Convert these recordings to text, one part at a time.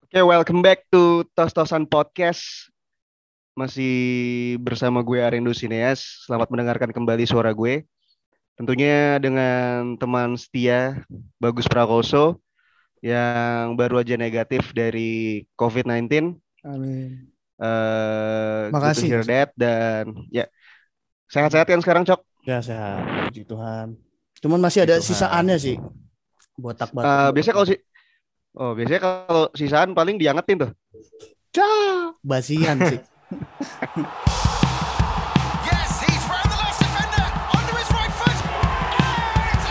Oke, welcome back to Tos-Tosan Podcast. Masih bersama gue Arindo Sineas. Selamat mendengarkan kembali suara gue. Tentunya dengan teman setia Bagus Prakoso yang baru aja negatif dari COVID-19. Amin. Good to hear Makasih. that. Dan ya, sehat-sehat kan sekarang, Cok? Ya sehat, puji Tuhan. Cuman masih Puji ada Tuhan. sisaannya sih. Botak-batuk. Biasanya kalau sisaan paling diangetin tuh. Basian sih. Yes, he's round the last defender onto his right foot. And it's a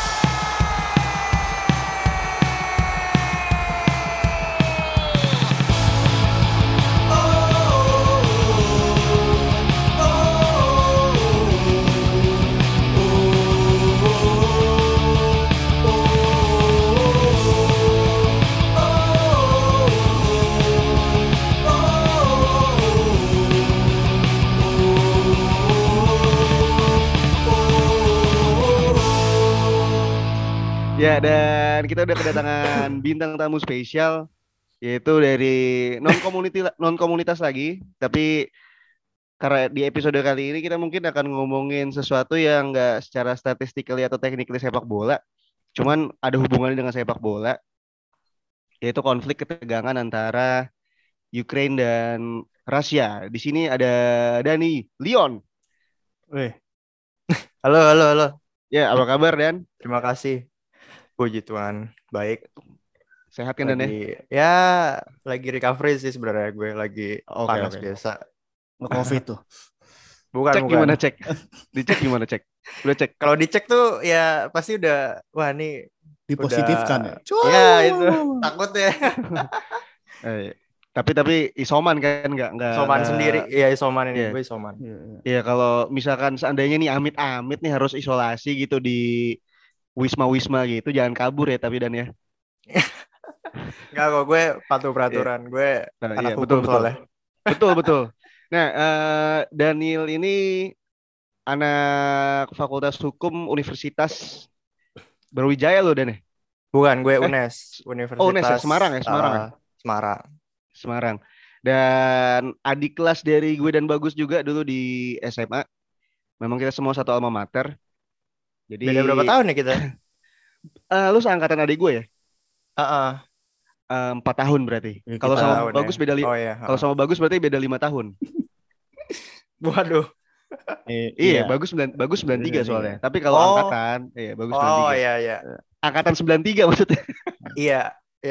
Ya, dan kita udah kedatangan bintang tamu spesial, yaitu dari non komunitas lagi, tapi karena di episode kali ini kita mungkin akan ngomongin sesuatu yang nggak secara statistically atau technically sepak bola, cuman ada hubungannya dengan sepak bola, yaitu konflik ketegangan antara Ukraine dan Rusia. Di sini ada Dani Leon. Wih, halo. Ya, apa kabar Dan? Terima kasih. Puji Tuhan, baik. Sehat kan Dan ya? Lagi recovery sih sebenarnya gue lagi panas Oke. biasa. Nge-covid tuh. Bukan. Gimana cek? Dicek gimana cek? Udah cek? Kalau dicek tuh ya pasti udah, wah ini Dipositifkan ya. Ya itu takut ya. Tapi isoman kan nggak Isoman nggak- sendiri, ya isoman ini, Iya. gue isoman. Ya kalau misalkan seandainya nih amit-amit nih harus isolasi gitu di wisma gitu, jangan kabur ya tapi Dan ya. Enggak kok, gue patuh peraturan, gue Nah, anak iya, hukum betul. soalnya. Betul. Nah, Daniel ini anak Fakultas Hukum Universitas Brawijaya loh Dan ya? Bukan, gue UNES, Universitas UNES ya? Semarang ya? Semarang. Semarang. Dan adik kelas dari gue dan Bagus juga dulu di SMA. Memang kita semua satu alma mater. Jadi Beda berapa tahun ya kita? lu seangkatan adik gue ya? Heeh. 4 tahun berarti. Ya, Kalau kita sama tahun Bagus ya. beda Oh iya. kalau sama Bagus berarti beda 5 tahun. Waduh. Iya, Bagus 93 soalnya. Tapi kalau Oh. angkatan, Bagus 93. Oh iya. Angkatan 93 maksudnya. Iya.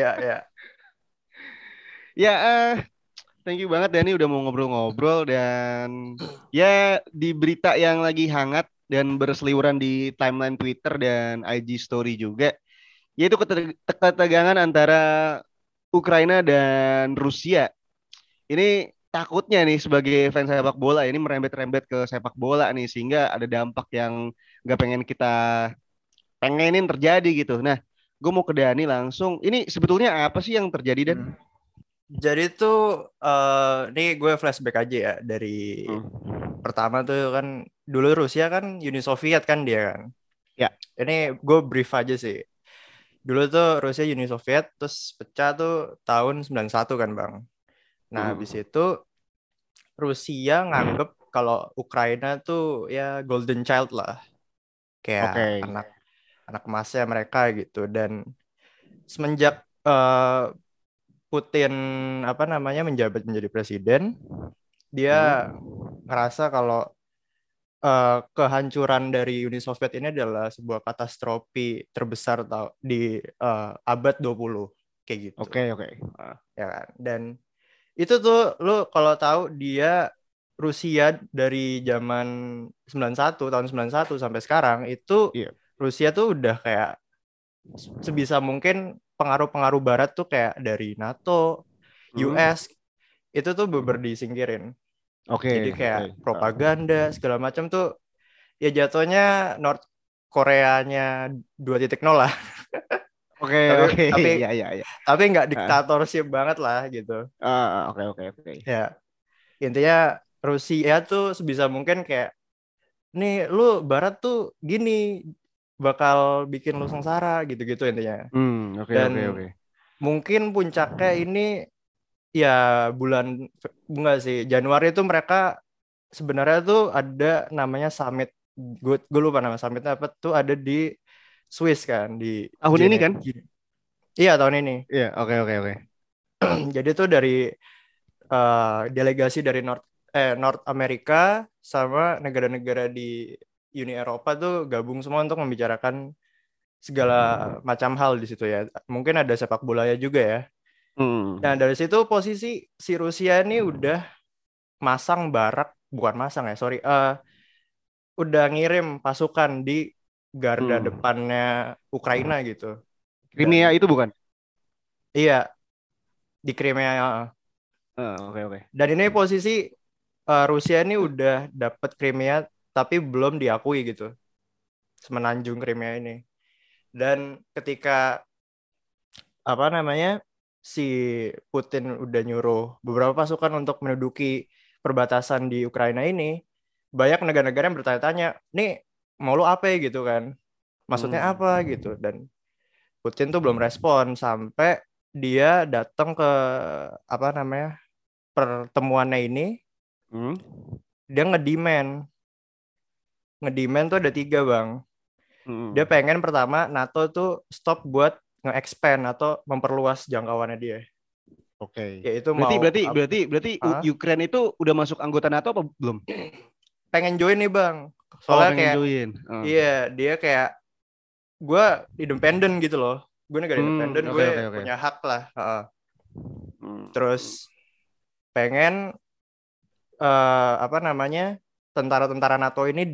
Ya, thank you banget Dani udah mau ngobrol-ngobrol dan ya di berita yang lagi hangat dan berseliweran di timeline Twitter dan IG story juga, yaitu ketegangan antara Ukraina dan Rusia. Ini takutnya nih sebagai fans sepak bola ini merembet-rembet ke sepak bola nih sehingga ada dampak yang nggak pengenin terjadi gitu. Nah, gue mau ke Dani langsung. Ini sebetulnya apa sih yang terjadi Dan? Jadi tuh ini gue flashback aja ya dari pertama tuh kan dulu Rusia kan Uni Soviet kan dia kan. Ya. Ini gue brief aja sih. Dulu tuh Rusia Uni Soviet terus pecah tuh tahun 91 kan Bang. Nah, habis itu Rusia nganggep kalau Ukraina tuh ya golden child lah. Kayak anak emasnya mereka gitu. Dan semenjak Putin menjabat menjadi presiden, dia ngerasa kalau kehancuran dari Uni Soviet ini adalah sebuah katastrofi terbesar di abad 20 kayak gitu. Oke. Ya kan? Dan itu tuh lu kalau tahu dia Rusia dari zaman 91 tahun 91 sampai sekarang itu Rusia tuh udah kayak sebisa mungkin pengaruh-pengaruh barat tuh kayak dari NATO, US itu tuh beber disingkirin. Jadi kayak propaganda segala macam tuh ya jatuhnya North Koreanya 2.0 lah. Tapi nggak diktatorship banget lah gitu. Oke. Ya intinya Rusia tuh sebisa mungkin kayak nih lu Barat tuh gini bakal bikin lu sengsara gitu-gitu intinya. Oke. Mungkin puncaknya ini ya enggak sih, Januari itu mereka sebenarnya tuh ada namanya summit. Gue lupa nama summitnya apa, tuh ada di Swiss kan, di Tahun ini kan? Iya, tahun ini. Iya, oke. Jadi tuh dari delegasi dari North Amerika sama negara-negara di Uni Eropa tuh gabung semua untuk membicarakan segala macam hal di situ ya. Mungkin ada sepak bolanya juga ya. Nah, dari situ posisi si Rusia ini udah bukan masang ya, sorry. Udah ngirim pasukan di garda depannya Ukraina gitu. Crimea itu bukan? Iya, di Crimea. Oke. Dan ini posisi Rusia ini udah dapet Crimea tapi belum diakui gitu, semenanjung Crimea ini. Dan ketika si Putin udah nyuruh beberapa pasukan untuk menduduki perbatasan di Ukraina ini, banyak negara-negara yang bertanya-tanya, nih mau lu apa ya gitu kan, maksudnya apa gitu. Dan Putin tuh belum respon sampai dia datang ke pertemuannya ini. Dia ngedemand tuh ada 3 bang. Dia pengen pertama NATO tuh stop buat nge-expand atau memperluas jangkauannya dia. Oke. Yaitu berarti Ukraine itu udah masuk anggota NATO apa belum? Pengen join nih bang. Soalnya pengen join. Iya, dia kayak gue independen gitu loh. Gue negara independen, gue punya hak lah. Terus pengen tentara-tentara NATO ini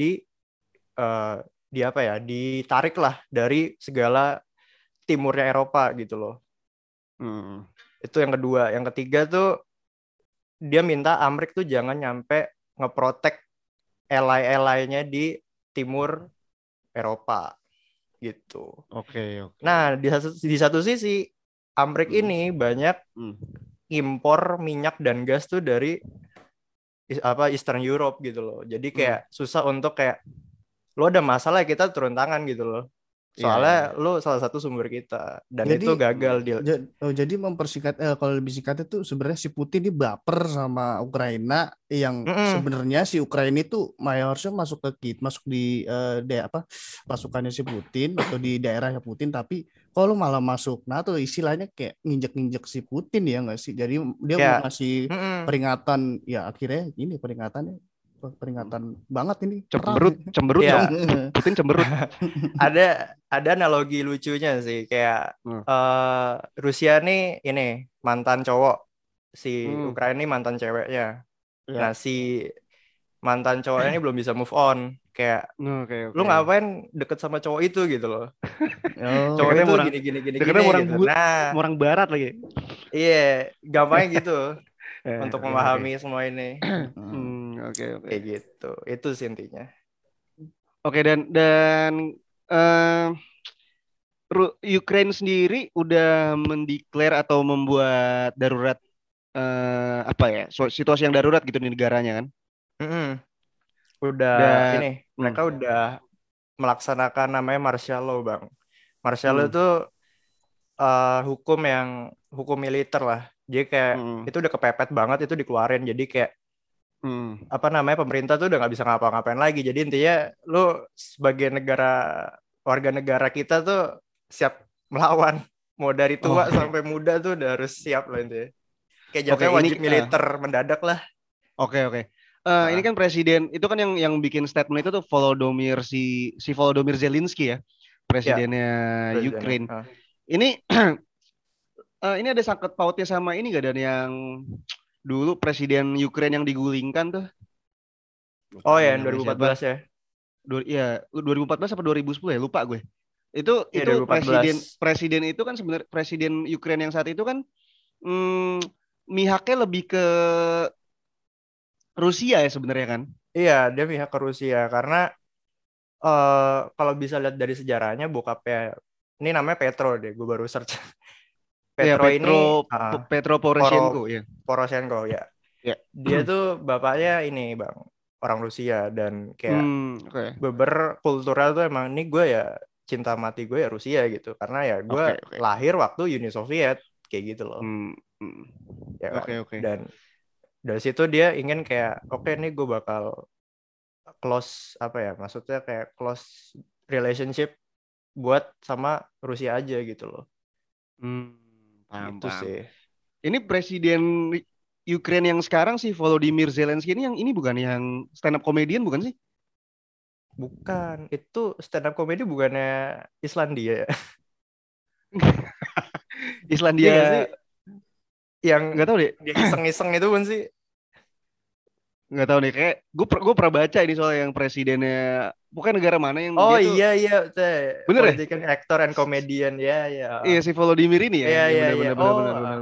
ditarik lah dari segala timurnya Eropa gitu loh. Itu yang kedua. Yang ketiga tuh dia minta Amerika tuh jangan nyampe ngeprotek ally-ally-nya di timur Eropa gitu. Oke. Nah, di satu sisi Amerika ini banyak impor minyak dan gas tuh dari Eastern Europe gitu loh. Jadi kayak susah untuk kayak lo ada masalah kita turun tangan gitu loh. Soalnya lo salah satu sumber kita dan jadi, itu gagal dia. Jadi mempersingkat kalau lebih singkatnya tuh sebenarnya si Putin ini baper sama Ukraina yang sebenarnya si Ukraina itu harusnya masuk di pasukannya si Putin atau di daerahnya Putin, tapi kalau malah masuk NATO istilahnya kayak nginjek-nginjek si Putin ya nggak sih? Jadi dia mau ngasih peringatan ya, akhirnya ini peringatan banget ini. Cemberut ya. Putin cemberut. ada analogi lucunya sih kayak Rusia nih ini mantan cowok, si Ukraina ini mantan ceweknya. Nah, si mantan cowoknya ini belum bisa move on. Kayak lu ngapain deket sama cowok itu gitu loh. Cowok itu gini gitu. Orang barat lagi. Iya, gampangnya gitu. Untuk memahami semua ini. Oke. Kayak gitu. Itu sih intinya. Oke, dan Ukraine sendiri udah mendeklar atau membuat darurat situasi yang darurat gitu di negaranya kan? Mereka udah melaksanakan namanya martial law, Bang. Martial law itu hukum militer lah. Jadi kayak itu udah kepepet banget, itu dikeluarin. Jadi kayak pemerintah tuh udah nggak bisa ngapa-ngapain lagi. Jadi intinya lu sebagai warga negara kita tuh siap melawan. Mau dari tua sampai muda tuh udah harus siap lah intinya. Kayak jatuhnya wajib militer mendadak lah. Oke. Ini kan presiden itu kan yang bikin statement itu tuh Volodymyr Zelensky ya, presidennya Ukraine. Ini ini ada sangkut pautnya sama ini nggak, dan yang dulu presiden Ukraine yang digulingkan tuh? Oh ya, yang 2014 ya. 2014 apa 2010 ya? Lupa gue. Itu presiden itu kan sebenarnya presiden Ukraine yang saat itu kan mihaknya lebih ke Rusia ya sebenarnya kan? Iya, dia pihak ke Rusia karena kalau bisa lihat dari sejarahnya bokapnya ini namanya Petro deh, gue baru search. Petro Poroshenko ya. Poroshenko ya. Dia tuh bapaknya ini bang, orang Rusia dan kayak kultural tuh emang ini gue ya cinta mati gue ya Rusia gitu karena ya gue lahir waktu Uni Soviet. kayak gitu loh. Ya kan? Oke. Dan dari situ dia ingin kayak oke nih gue bakal close maksudnya kayak close relationship buat sama Rusia aja gitu loh. Paham. Gitu sih. Ini presiden Ukraine yang sekarang sih Volodymyr Zelensky ini yang ini bukan yang stand up comedian bukan sih? Bukan, itu stand up comedy bukannya Islandia ya? Islandia. Iya nggak sih? Yang nggak tahu deh. Dia iseng-iseng itu kan sih? Nggak tahu deh, kayak gue pernah baca ini soal yang presidennya bukan negara mana yang Oh dia tuh iya, bener ya? politician actor and comedian ya. Iya si Volodymyr ini ya, Iya ya iya benar iya. benar benar Oh, benar benar.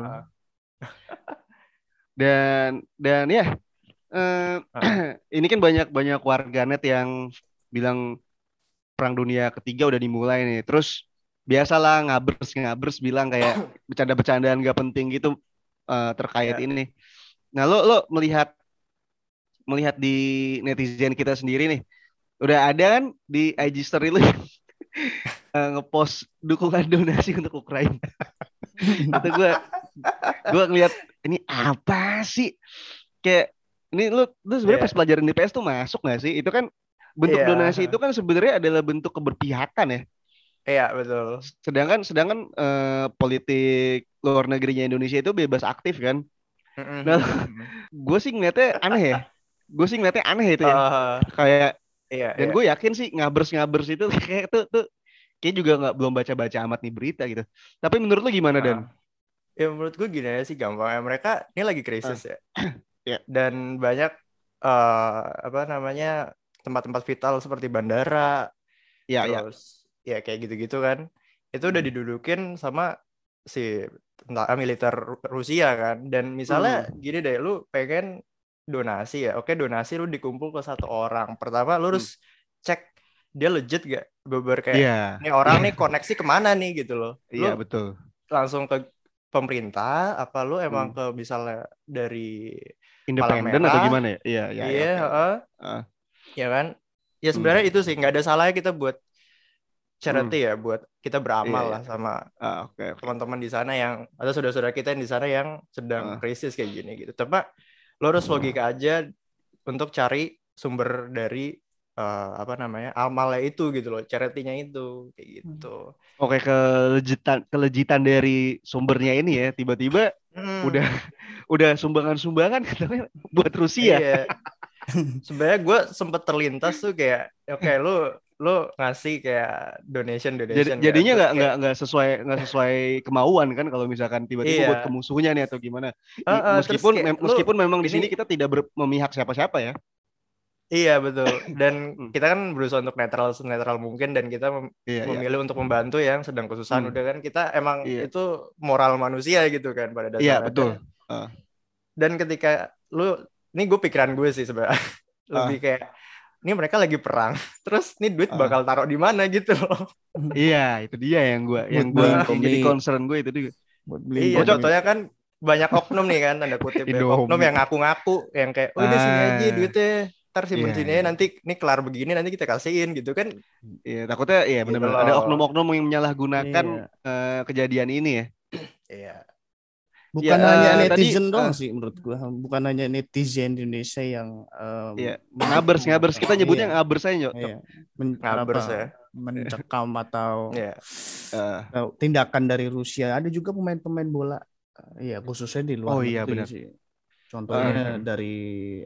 Dan ya ini kan banyak warganet yang bilang Perang Dunia Ketiga udah dimulai nih. Terus biasalah ngabers bilang kayak bercanda-bercandaan gak penting gitu terkait Ya. ini. Nah, lo melihat di netizen kita sendiri nih, udah ada kan di IG story lu ngepost dukungan donasi untuk Ukraina. Itu gue ngeliat ini apa sih? Kayak ini lu sebenarnya pas pelajaran di PS tuh masuk nggak sih? Itu kan bentuk donasi itu kan sebenarnya adalah bentuk keberpihakan ya. Iya betul. Sedangkan politik luar negerinya Indonesia itu bebas aktif kan. Nah, gue sih ngeliatnya aneh ya. Itu ya. Kayak dan gue yakin sih ngabers itu kayak tuh kayak juga belum baca amat nih berita gitu. Tapi menurut lu gimana Dan? Ya menurut gue gini aja sih gampang. Mereka ini lagi krisis ya. Yeah. Dan banyak tempat-tempat vital seperti bandara, terus ya kayak gitu-gitu kan. Itu udah didudukin sama si tentara militer Rusia kan. Dan misalnya gini deh, lu pengen donasi ya. Oke, donasi lu dikumpul ke satu orang. Pertama lu harus cek dia legit gak? Beber kayak ini orang nih koneksi kemana nih gitu loh. Iya betul. Langsung ke pemerintah apa lu emang ke misalnya dari independen atau gimana ya? Iya. Ya kan? Ya sebenarnya itu sih nggak ada salahnya kita buat charity ya, buat kita beramal lah sama teman-teman di sana yang atau saudara-saudara kita yang di sana yang sedang krisis kayak gini gitu. Tapi lo harus logika aja untuk cari sumber dari amalnya itu gitu loh, charity-nya itu kayak gitu. Oke, kelejitan dari sumbernya ini ya, tiba-tiba udah sumbangan katanya buat Rusia. Iya. Sebenarnya gue sempet terlintas tuh kayak oke, lu ngasih kayak donation jadinya nggak sesuai kemauan kan kalau misalkan tiba-tiba buat ke musuhnya nih atau gimana. Meskipun memang di sini kita tidak memihak siapa-siapa ya. Iya betul, dan kita kan berusaha untuk netral mungkin, dan kita memilih untuk membantu yang sedang kesusahan. Udah kan kita emang itu moral manusia gitu kan pada dasarnya. Iya betul. Dan ketika ini gue pikiran gue sih sebenarnya lebih kayak ini mereka lagi perang, terus nih duit bakal taruh di mana gitu loh. Iya itu dia yang jadi concern gue itu juga. Iya, contohnya kan banyak oknum nih kan, tanda kutip ya, oknum yang ngaku-ngaku yang kayak udah sini aja duitnya, ntar simpen sini nanti ini kelar begini nanti kita kasihin gitu kan. Iya takutnya benar-benar ada oknum-oknum yang menyalahgunakan kejadian ini ya. Iya. Bukan hanya netizen doang sih menurut gua, bukan hanya netizen Indonesia yang ngabers kita nyebutnya ngabers aja ngabers ya, mencekam atau tindakan dari Rusia. Ada juga pemain-pemain bola khususnya di luar negeri sih. Contohnya dari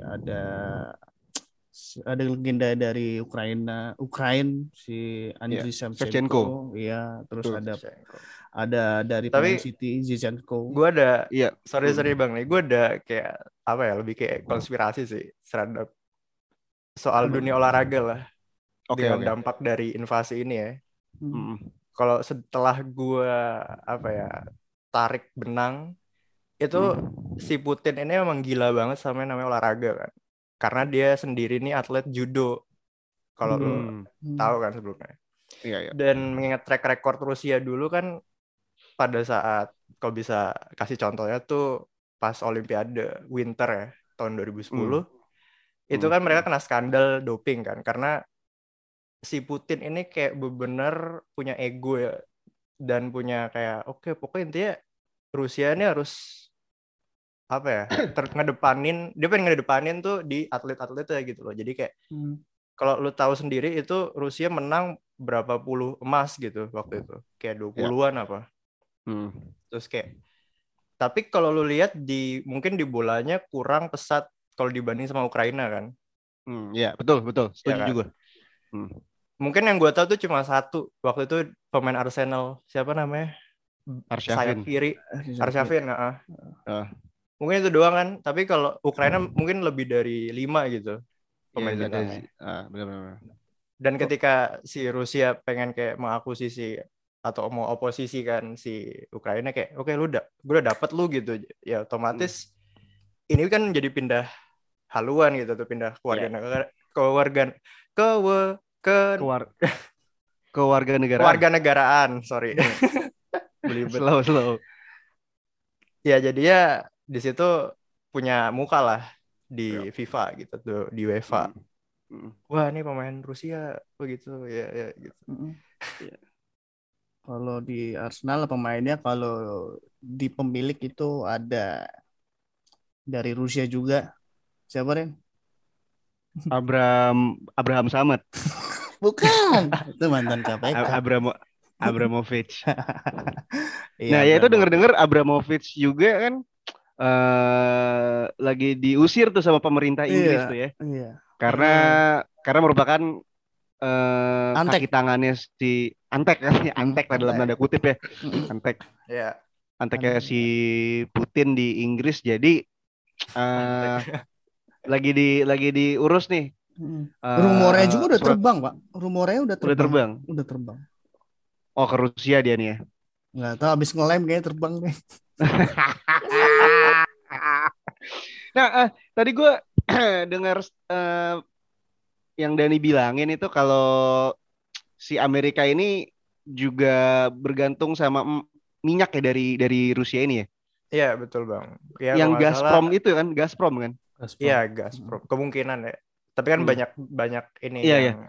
ada legenda dari Ukraina si Andriy Shevchenko, terus ada dari pemain City Zinchenko. Gue ada sorry bang nih, gue ada kayak lebih kayak konspirasi sih terhadap soal dunia olahraga lah, dengan dampak dari invasi ini ya. Kalau setelah gue tarik benang itu si Putin ini memang gila banget sama yang namanya olahraga kan, karena dia sendiri nih atlet judo kalau lo tahu kan sebelumnya. Dan mengingat track record Rusia dulu kan, pada saat kalau bisa kasih contohnya tuh pas Olimpiade Winter ya tahun 2010 itu kan mereka kena skandal doping kan, karena si Putin ini kayak benar-benar punya ego ya, dan punya kayak pokoknya intinya Rusia ini harus apa ya? Dia pengen ngedepanin tuh di atlet-atletnya gitu loh. Jadi kayak kalau lu tahu sendiri itu Rusia menang berapa puluh emas gitu waktu itu. Kayak 20-an apa. Terus kayak tapi kalau lu lihat mungkin di bolanya kurang pesat kalau dibanding sama Ukraina kan. Ya, betul. Setuju kan? juga. Mungkin yang gue tahu tuh cuma satu. Waktu itu pemain Arsenal, siapa namanya? Sayap kiri. Arshavin. Mungkin itu doang kan. Tapi kalau Ukraina mungkin lebih dari 5 gitu. Pemain bintangnya. Benar-benar. Dan ketika si Rusia pengen kayak mengakuisisi atau mau oposisi kan si Ukraina kayak oke, gue udah dapet lu gitu. Ya otomatis ini kan jadi pindah haluan gitu tuh, pindah kewarganegaraan, sorry. Slow. Ya jadinya di situ punya muka lah di FIFA gitu tuh, di UEFA. Wah, ini pemain Rusia begitu ya gitu. Kalau di Arsenal pemainnya kalau di pemilik itu ada dari Rusia juga. Siapa, Ren? Abraham Samad. Bukan. Itu mantan KPK. Abramovich. Iya, Nah, ya itu dengar Abramovich juga kan lagi diusir tuh sama pemerintah Inggris tuh ya. Iya. Karena merupakan kaki tangannya si Antek kan, Antek dalam tanda kutip ya. Antek. Iya. Anteknya si Putin di Inggris, jadi lagi diurus nih. Rumornya juga udah terbang, Pak. Rumornya udah terbang. Oh, ke Rusia dia nih ya. Nggak tahu, abis ngelem kayaknya terbang deh. Nah, tadi gue dengar yang Dani bilangin itu kalau si Amerika ini juga bergantung sama minyak ya dari Rusia ini ya. Iya, betul Bang. Ya, yang Gazprom itu kan, Gazprom kan? Iya, Gazprom. Kemungkinan ya. Tapi kan banyak ini yang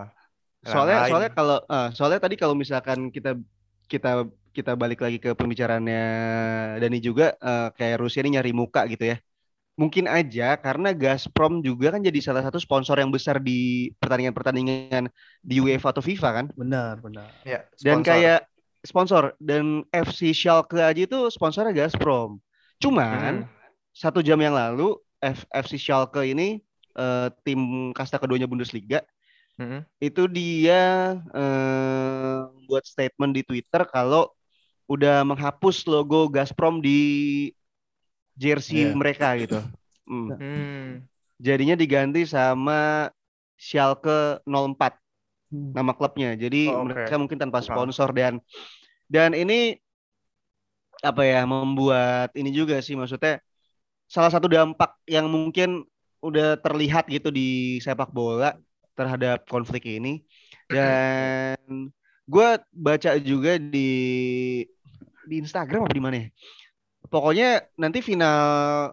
soalnya tadi kalau misalkan kita balik lagi ke pembicaraannya Dani juga kayak Rusia ini nyari muka gitu ya. Mungkin aja karena Gazprom juga kan jadi salah satu sponsor yang besar di pertandingan-pertandingan di UEFA atau FIFA kan? Benar. Ya, dan kayak sponsor dan FC Schalke aja itu sponsornya Gazprom. Cuman 1 jam yang lalu FC Schalke ini tim kasta keduanya Bundesliga itu dia buat statement di Twitter kalau udah menghapus logo Gazprom di jersey mereka gitu. Jadinya diganti sama Schalke 04 nama klubnya. Jadi mereka mungkin tanpa sponsor dan ini apa ya, membuat ini juga sih, maksudnya salah satu dampak yang mungkin udah terlihat gitu di sepak bola terhadap konflik ini. Dan gue baca juga di Instagram apa di mana ya, pokoknya nanti final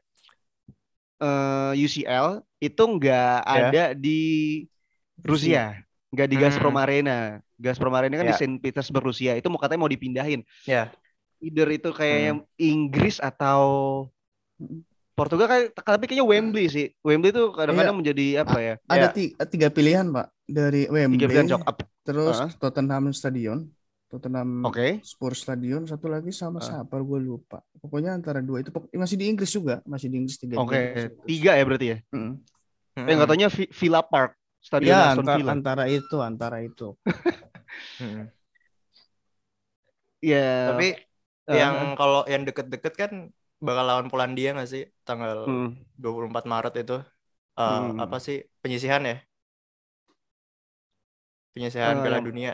UCL itu nggak ada di Rusia, nggak di Gazprom Arena. Gazprom Arena kan di Saint Petersburg, Rusia. Itu katanya mau dipindahin. Either itu kayaknya Inggris atau Portugal kan, tapi kayaknya Wembley sih. Wembley itu kadang-kadang menjadi apa ya? Ada 3 pilihan, Pak, dari Wembley. 3 pilihan, terus Tottenham Stadion, Tottenham Spurs Stadion, satu lagi sama siapa gue lupa. Pokoknya antara 2 itu masih di Inggris juga, masih di Inggris 3. 3 ya berarti ya. Nggak taunya Villa Park, Stadion Aston Villa. Antara itu. Ya. Tapi yang kalau yang deket-deket kan bakal lawan Polandia nggak sih tanggal 24 Maret itu? Apa sih, penyisihan ya? Penyisihan Piala Dunia.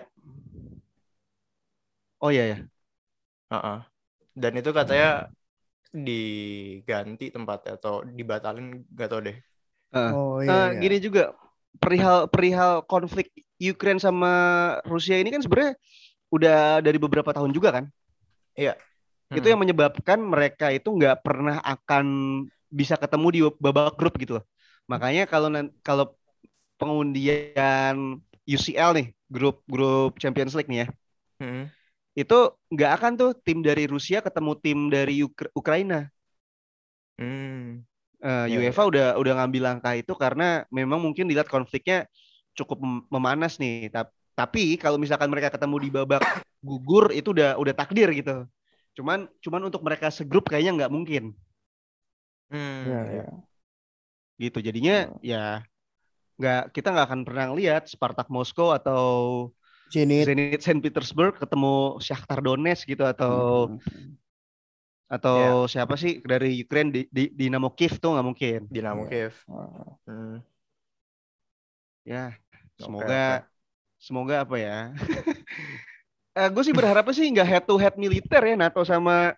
Oh iya ya. Dan itu katanya diganti tempatnya atau dibatalin, nggak tahu deh. Gini juga perihal konflik Ukraine sama Rusia ini kan sebenarnya udah dari beberapa tahun juga kan? Iya. Itu yang menyebabkan mereka itu nggak pernah akan bisa ketemu di babak grup gitu loh. Makanya kalau pengundian UCL nih, grup Champions League nih ya, itu nggak akan tuh tim dari Rusia ketemu tim dari Ukraina. UEFA udah ngambil langkah itu karena memang mungkin dilihat konfliknya cukup memanas nih. Tapi kalau misalkan mereka ketemu di babak gugur itu udah takdir gitu. Cuman untuk mereka segrup kayaknya nggak mungkin. Gitu jadinya ya kita nggak akan pernah lihat Spartak Moskow atau Zenit Saint Petersburg ketemu Shakhtar Donetsk gitu atau siapa sih dari Ukraine di Dynamo Kiev tuh nggak mungkin. Dynamo Kiev. Ya semoga apa ya? Gue sih berharapnya sih nggak head to head militer ya NATO sama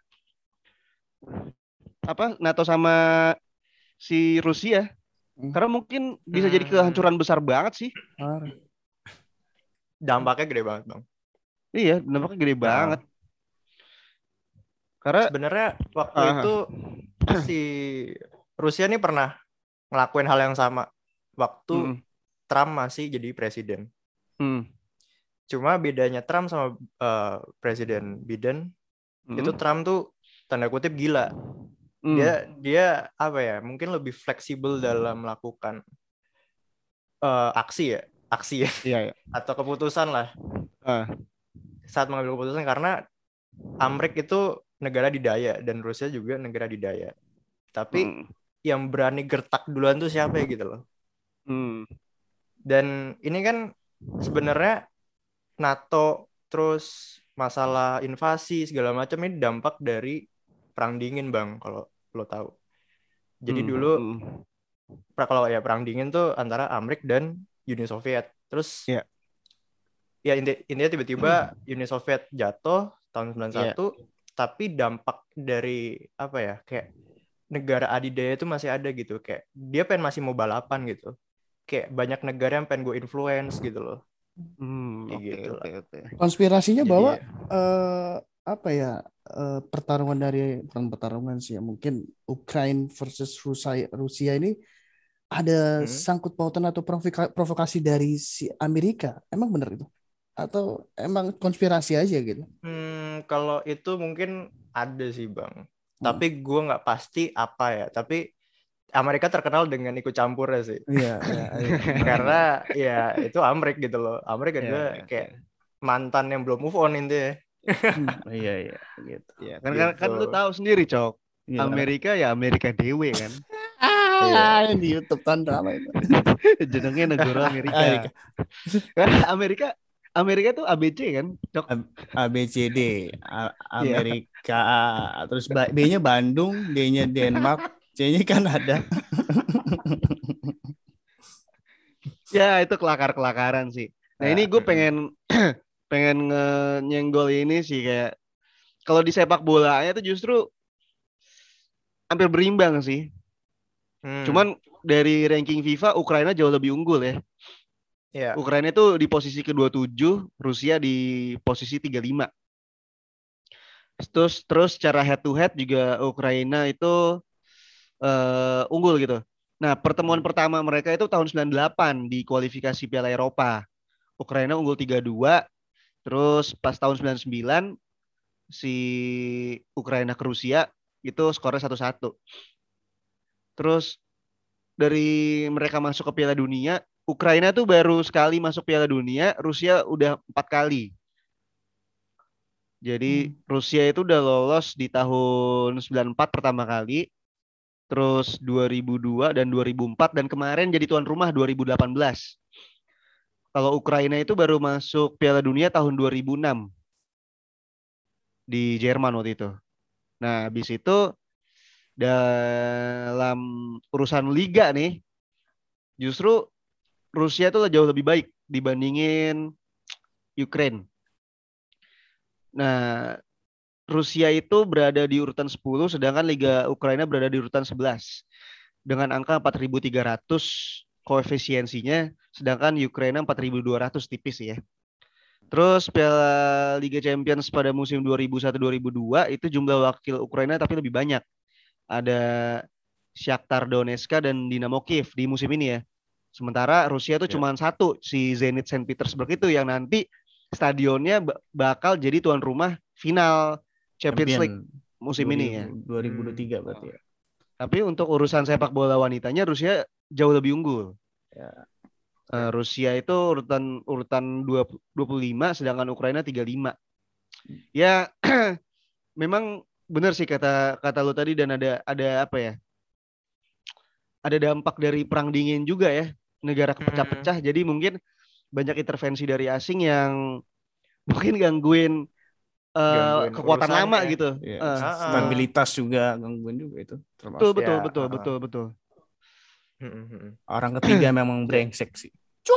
si Rusia. Karena mungkin bisa jadi kehancuran besar banget sih. Dampaknya gede banget, Bang. Iya, dampaknya gede banget. Karena sebenarnya waktu itu si Rusia nih pernah ngelakuin hal yang sama waktu Trump masih jadi presiden. Cuma bedanya Trump sama Presiden Biden itu Trump tuh tanda kutip gila. Dia apa ya? Mungkin lebih fleksibel dalam melakukan aksi ya. Iya. Atau keputusan lah. Saat mengambil keputusan karena Amerika itu negara didaya dan Rusia juga negara didaya. Tapi yang berani gertak duluan tuh siapa ya gitu loh. Dan ini kan sebenarnya NATO terus masalah invasi segala macam ini dampak dari perang dingin, Bang, kalau lo tahu. Jadi dulu kalau ya perang dingin tuh antara Amerika dan Uni Soviet. Terus ya intinya tiba-tiba Uni Soviet jatuh tahun 91, tapi dampak dari apa ya, kayak negara adidaya itu masih ada gitu, kayak dia masih mau balapan gitu, kayak banyak negara yang pengen gue influence gitu loh. Okay. Konspirasinya jadi, bahwa apa ya, bukan pertarungan sih ya, mungkin Ukraine versus Rusia ini ada sangkut pautan atau provokasi dari si Amerika. Emang bener itu? Atau emang konspirasi aja gitu? Kalau itu mungkin ada sih, Bang. Tapi gue nggak pasti apa ya. Tapi Amerika terkenal dengan ikut campurnya sih. Iya. Karena ya itu Amerika gitu loh. Amerika juga kayak mantan yang belum move on intinya. Iya gitu. Ya, kan lu tahu sendiri, Cok. Ya, Amerika ya Amerika dewe kan. Yang di YouTube tahun drama itu. Jenengnya negara Amerika. Amerika tuh ABC kan, Cok. ABCD, Amerika, terus B-nya Bandung, D-nya Denmark, C-nya Kanada. Ya, itu kelakar-kelakaran sih. Nah, ini gue pengen nyenggol ini sih, kayak kalau di sepak bolanya tuh justru hampir berimbang sih. Cuman dari ranking FIFA Ukraina jauh lebih unggul ya. Ukraina itu di posisi ke-27, Rusia di posisi 35. Terus secara head to head juga Ukraina itu unggul gitu. Nah, pertemuan pertama mereka itu tahun 98 di kualifikasi Piala Eropa. Ukraina unggul 3-2. Terus pas tahun 99 si Ukraina ke Rusia itu skornya 1-1. Terus dari mereka masuk ke Piala Dunia, Ukraina tuh baru sekali masuk Piala Dunia, Rusia udah 4 kali. Jadi Rusia itu udah lolos di tahun 94 pertama kali, terus 2002 dan 2004, dan kemarin jadi tuan rumah 2018. Kalau Ukraina itu baru masuk Piala Dunia tahun 2006 di Jerman waktu itu. Nah, habis itu dalam urusan liga nih, justru Rusia itu jauh lebih baik dibandingin Ukraine. Nah, Rusia itu berada di urutan 10, sedangkan Liga Ukraina berada di urutan 11. Dengan angka 4.300 koefisiensinya, sedangkan Ukraina 4.200, tipis ya. Terus Piala Liga Champions pada musim 2001-2002 itu jumlah wakil Ukraina tapi lebih banyak. Ada Shakhtar Donetsk dan Dynamo Kiev di musim ini ya. Sementara Rusia itu cuma satu, si Zenit Saint Petersburg itu yang nanti stadionnya bakal jadi tuan rumah final Champions League musim ini ya. 2023 berarti ya. Tapi untuk urusan sepak bola wanitanya Rusia jauh lebih unggul. Ya. Rusia itu urutan 25 sedangkan Ukraina 35. Ya memang benar sih kata lu tadi dan ada apa ya? Ada dampak dari perang dingin juga ya. Negara kepecah-pecah jadi mungkin banyak intervensi dari asing yang mungkin gangguin kekuatan lama ya. gitu. Stabilitas juga gangguin juga itu. Betul. Orang ketiga memang brengsek sih.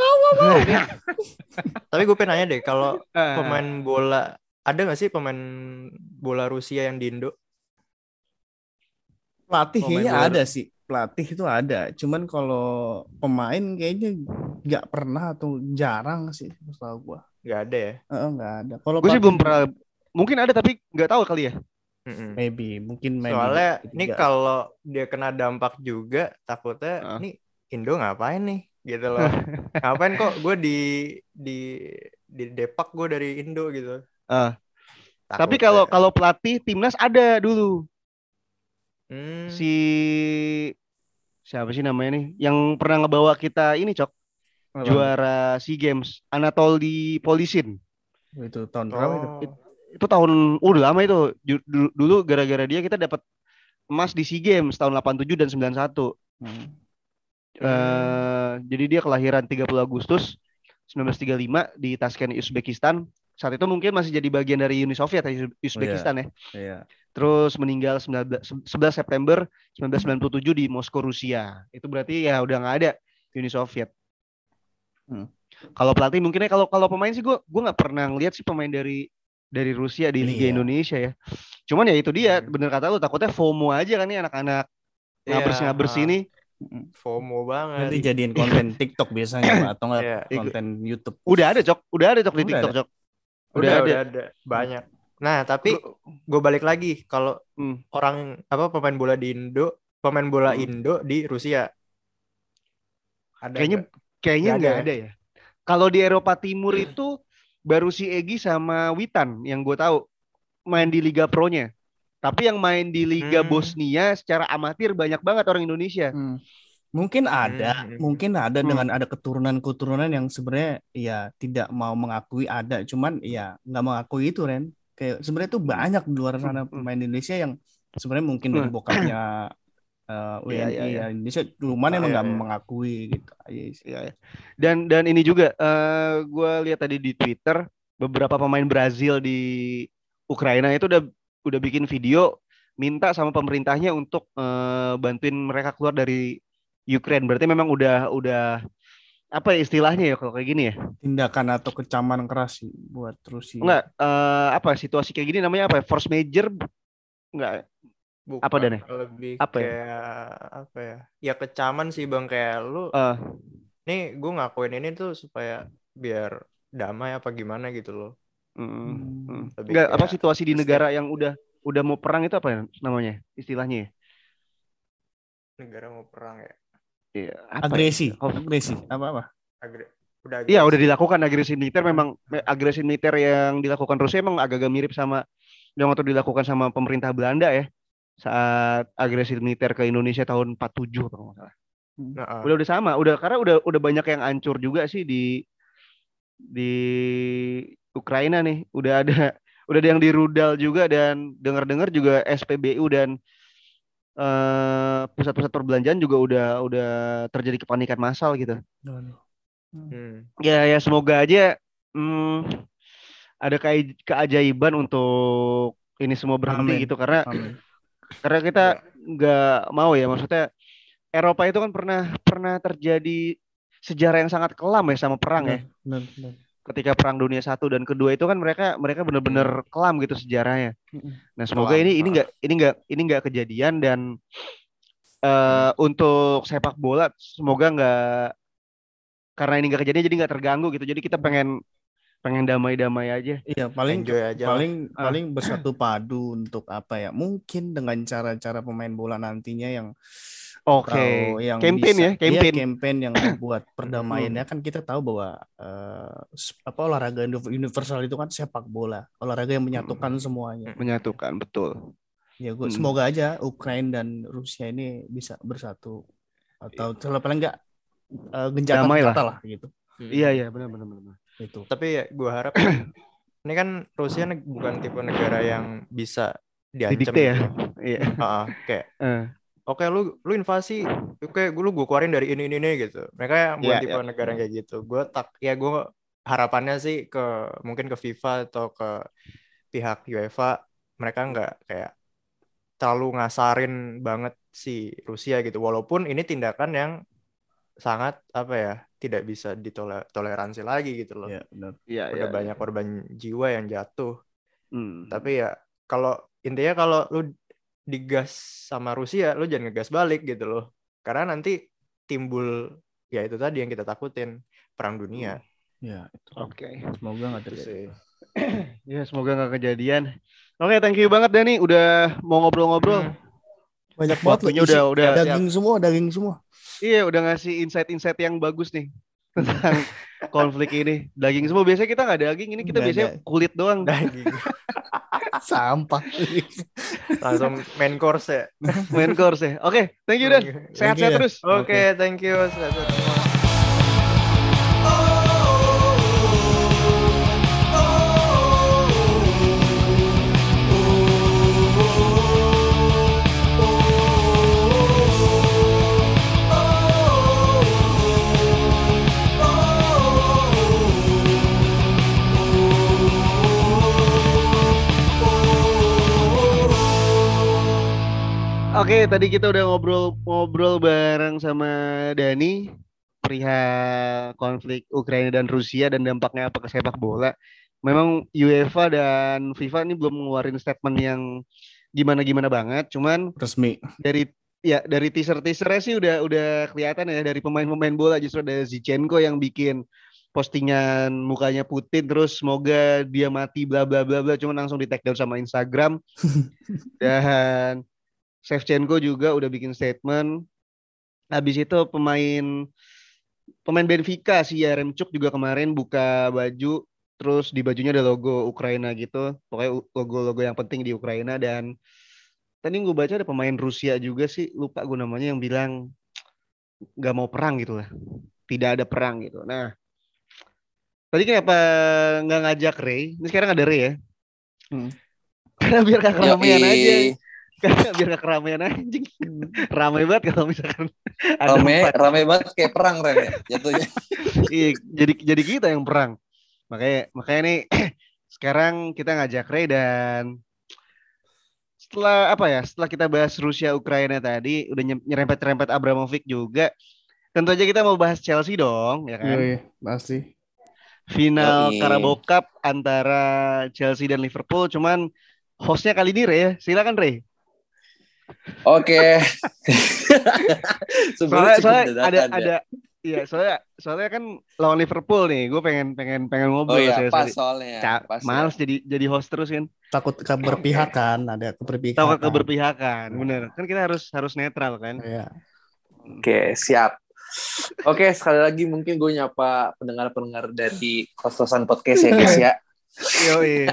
Tapi gue pengen nanya deh, kalau pemain bola, ada nggak sih pemain bola Rusia yang di Indo? Pelatih kayaknya ada sih. Pelatih itu ada. Cuman kalau pemain kayaknya nggak pernah atau jarang sih, setahu gue. Nggak ada ya? Nggak ada. Kalau gue sih belum pernah. Mungkin ada tapi nggak tahu kali ya. Maybe mungkin main. Soalnya ini kalau dia kena dampak juga, takutnya nih Indo ngapain nih gitu loh. Ngapain kok gue di depak gue dari Indo gitu. Tapi kalau pelatih timnas ada dulu. Siapa sih namanya nih yang pernah ngebawa kita ini Cok juara SEA Games, Anatoli Polisin. Itu tahun berapa itu? Itu tahun udah lama itu. Dulu gara-gara dia kita dapat emas di SEA Games tahun 87 dan 91. Jadi dia kelahiran 30 Agustus 1935 di Tashkent, Uzbekistan. Saat itu mungkin masih jadi bagian dari Uni Soviet Uzbekistan ya. Terus meninggal 11 September 1997 di Moskow, Rusia. Itu berarti ya udah nggak ada Uni Soviet. Kalau pelatih mungkinnya kalau pemain sih gue nggak pernah ngeliat sih pemain dari Rusia di Liga Indonesia ya. Cuman ya itu dia bener kata lu, takutnya FOMO aja kan nih anak-anak ngabers ini. FOMO banget. Nanti jadiin konten TikTok biasanya atau nggak konten YouTube. Udah ada Cok di TikTok Cok. Udah ada banyak. Nah tapi gue balik lagi kalau orang pemain bola Indo di Rusia. Kayaknya nggak ada ya. Kalau di Eropa Timur itu baru si Egy sama Witan yang gue tahu main di Liga Pro-nya. Tapi yang main di Liga Bosnia secara amatir banyak banget orang Indonesia. Mungkin ada dengan ada keturunan yang sebenarnya ya tidak mau mengakui ada, cuman ya nggak mengakui itu Ren. Kayak sebenarnya tuh banyak di luar sana pemain Indonesia yang sebenarnya mungkin dari bokapnya WNI Indonesia, cuman emang nggak mengakui gitu. Dan ini juga gue lihat tadi di Twitter beberapa pemain Brazil di Ukraina itu udah bikin video minta sama pemerintahnya untuk bantuin mereka keluar dari Ukraine. Berarti memang udah apa ya istilahnya ya kalau kayak gini ya? Tindakan atau kecaman keras sih buat Rusia. Enggak, situasi kayak gini namanya apa ya? Force major? Enggak. Bukan, apa Dan? Lebih apa kayak ya? Ya kecaman sih Bang, kayak lu. Nih gue ngakuin ini tuh supaya biar damai apa gimana gitu loh. Enggak, apa situasi di negara yang udah mau perang itu apa ya namanya? Istilahnya ya? Negara mau perang ya? Iya, agresi. Apa? Iya, udah dilakukan agresi militer. Memang agresi militer yang dilakukan Rusia emang agak-agak mirip sama yang waktu dilakukan sama pemerintah Belanda ya. Saat agresi militer ke Indonesia tahun 47 kalau nggak salah. Udah sama, karena udah banyak yang hancur juga sih di Ukraina nih. Udah ada yang dirudal juga, dan dengar-dengar juga SPBU dan pusat-pusat perbelanjaan juga udah terjadi kepanikan massal gitu. Ya semoga aja ada keajaiban untuk ini semua berhenti gitu, karena kita nggak mau ya, maksudnya Eropa itu kan pernah terjadi sejarah yang sangat kelam ya sama perang ya. Ketika Perang Dunia 1 dan kedua itu kan mereka benar-benar kelam gitu sejarahnya. Nah semoga ini nggak kejadian, dan untuk sepak bola semoga nggak, karena ini nggak kejadian jadi nggak terganggu gitu. Jadi kita pengen damai-damai aja. Iya, paling bersatu padu untuk apa ya? Mungkin dengan cara-cara pemain bola nantinya yang Oke. Atau yang Campaign bisa, ya, campaign. campaign yang buat perdamaiannya kan kita tahu bahwa olahraga universal itu kan sepak bola, olahraga yang menyatukan semuanya. Menyatukan, betul. Ya semoga aja Ukraina dan Rusia ini bisa bersatu atau paling enggak gencatan kata lah gitu. Iya benar. Itu. Tapi ya gue harap kan, ini kan Rusia bukan tipe negara yang bisa diancam Didikte ya. gitu. Iya. Kayak oke, lu invasi, oke gue keluarin dari ini gitu. Mereka yang bukan tipe negara yang kayak gitu. Gue harapannya sih mungkin ke FIFA atau ke pihak UEFA, mereka nggak kayak terlalu ngasarin banget si Rusia gitu. Walaupun ini tindakan yang sangat tidak bisa ditoleransi lagi gitu loh. Iya, benar. Udah banyak korban jiwa yang jatuh. Tapi ya intinya kalau lu digas sama Rusia, lu jangan ngegas balik gitu loh. Karena nanti timbul ya itu tadi yang kita takutin, perang dunia. Ya, itu. Oke. Semoga nggak terjadi. Ya, semoga nggak kejadian. Oke, thank you banget Dani udah mau ngobrol-ngobrol. Banyak banget loh, udah daging semua. Iya, udah ngasih insight-insight yang bagus nih tentang konflik ini. Daging semua, biasanya kita nggak daging, ini kita biasanya kulit doang. Daging. Sampah. Langsung main course ya. Main course ya. Oke, thank you Dan. Sehat-sehat terus. Oke, thank you. Sehat-sehat semua. Oke, tadi kita udah ngobrol bareng sama Dani perihal konflik Ukraina dan Rusia dan dampaknya apa ke sepak bola. Memang UEFA dan FIFA ini belum ngeluarin statement yang gimana-gimana banget, cuman resmi. Dari teaser-teasernya sih udah kelihatan ya, dari pemain-pemain bola justru ada Zinchenko yang bikin postingan mukanya Putin terus semoga dia mati bla bla bla bla, cuman langsung di take down sama Instagram. Dan Shevchenko juga udah bikin statement. Habis itu pemain Benfica si Yaremchuk juga kemarin buka baju, terus di bajunya ada logo Ukraina gitu. Pokoknya logo-logo yang penting di Ukraina. Dan tadi gue baca ada pemain Rusia juga sih, lupa gue namanya, yang bilang gak mau perang gitu lah. Tidak ada perang gitu. Nah, tadi kenapa gak ngajak Ray? Ini sekarang ada Ray ya. Karena biar gak keramaian aja. Biar gak keramaian anjing. Ramai banget kalau misalkan ramai banget kayak perang Ren ya jatuhnya. Iya, jadi kita yang perang. Makanya nih sekarang kita ngajak Ray, dan setelah kita bahas Rusia Ukraina tadi, udah nyerempet Abramovich juga. Tentu aja kita mau bahas Chelsea dong, ya kan? Iya, pasti. Final Carabao Cup antara Chelsea dan Liverpool, cuman hostnya kali ini Ray ya. Silakan Ray. Oke. soalnya soalnya kan lawan Liverpool nih, gue pengen ngobrol. Pas soalnya. Males jadi host terus kan. Takut keberpihakan, ada keberpihakan. Takut keberpihakan, bener. Kan kita harus netral kan. Iya. Oke, siap. Oke, sekali lagi mungkin gue nyapa pendengar-pendengar dari Kos-Kosan Podcast ya guys ya. Yoi.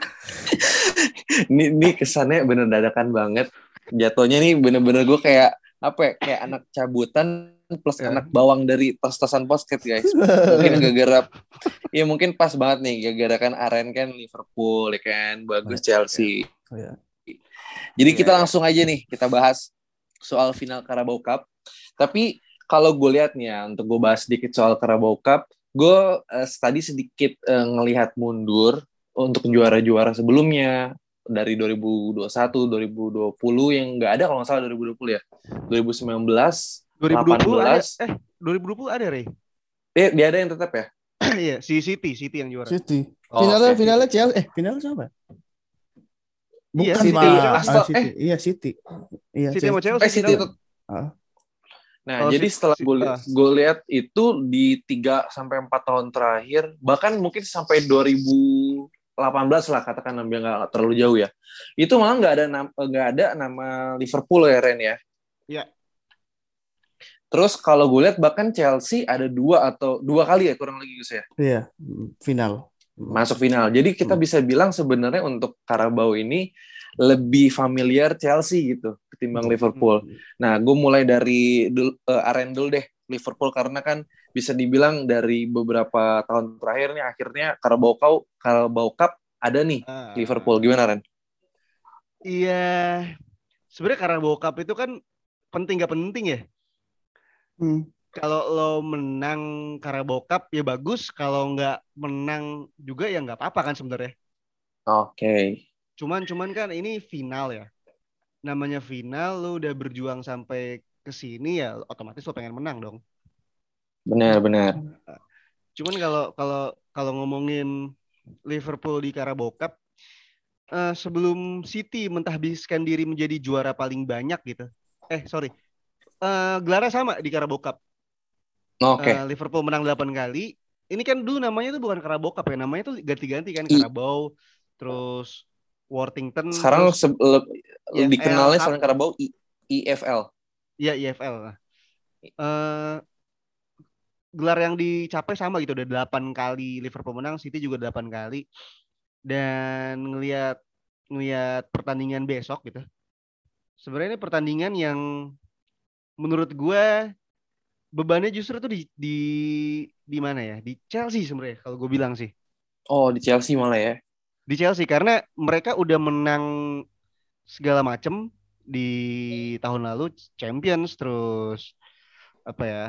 Ini kesannya bener dadakan banget. Jatuhnya nih bener-bener gue kayak kayak anak cabutan plus anak bawang dari tos-tosan podcast guys. Mungkin pas banget nih gara-gara kan Aren kan Liverpool ya kan, bagus Chelsea. Jadi kita langsung aja nih kita bahas soal final Carabao Cup. Tapi kalau gue lihat nih ya, untuk gue bahas sedikit soal Carabao Cup, gue tadi sedikit ngelihat mundur untuk juara-juara sebelumnya. Dari 2021, 2020 yang nggak ada kalau nggak salah 2020 ya. 2019, 2020 18. 2020 ada Ray. Dia ada yang tetap ya? Iya, si City yang juara. City. Finalnya Chelsea. Finalnya siapa? Bukan City. Iya City. Iya City sama Chelsea. City itu. Nah, jadi setelah gue lihat itu di 3-4 tahun terakhir, bahkan mungkin sampai 2018 lah katakan, biar nggak terlalu jauh ya. Itu malah nggak ada nama Liverpool ya Ren ya. Iya. Terus kalau gue lihat bahkan Chelsea ada 2 kali ya kurang lagi Gus ya. Iya, final. Masuk final. Jadi kita bisa bilang sebenarnya untuk Carabao ini lebih familiar Chelsea gitu ketimbang Liverpool. Nah, gue mulai dari Aren dulu deh, Liverpool, karena kan bisa dibilang dari beberapa tahun terakhir nih akhirnya Carabao Cup ada nih Liverpool. Gimana Ren? Iya, sebenarnya Carabao Cup itu kan penting gak penting ya. Kalau lo menang Carabao Cup ya bagus, kalau nggak menang juga ya nggak apa-apa kan sebenarnya. Oke. Cuman kan ini final ya. Namanya final, lo udah berjuang sampai ke sini ya otomatis lo pengen menang dong. Benar. Cuman kalau ngomongin Liverpool di Carabao Cup, sebelum City mentahbiskan diri menjadi juara paling banyak gitu. Gelarnya sama di Carabao Cup. Oke. Liverpool menang 8 kali. Ini kan dulu namanya tuh bukan Carabao Cup ya, namanya tuh ganti-ganti kan, Carabao, terus Worthington. Sekarang dikenalnya Cup. selain Carabao EFL. Iya, EFL. Gelar yang dicapai sama gitu, udah 8 kali Liverpool menang, City juga 8 kali. Dan ngelihat pertandingan besok gitu. Sebenarnya ini pertandingan yang menurut gue bebannya justru tuh di mana ya? Di Chelsea sebenarnya kalau gue bilang sih. Oh, di Chelsea malah ya. Di Chelsea karena mereka udah menang segala macem di tahun lalu, Champions, terus apa ya?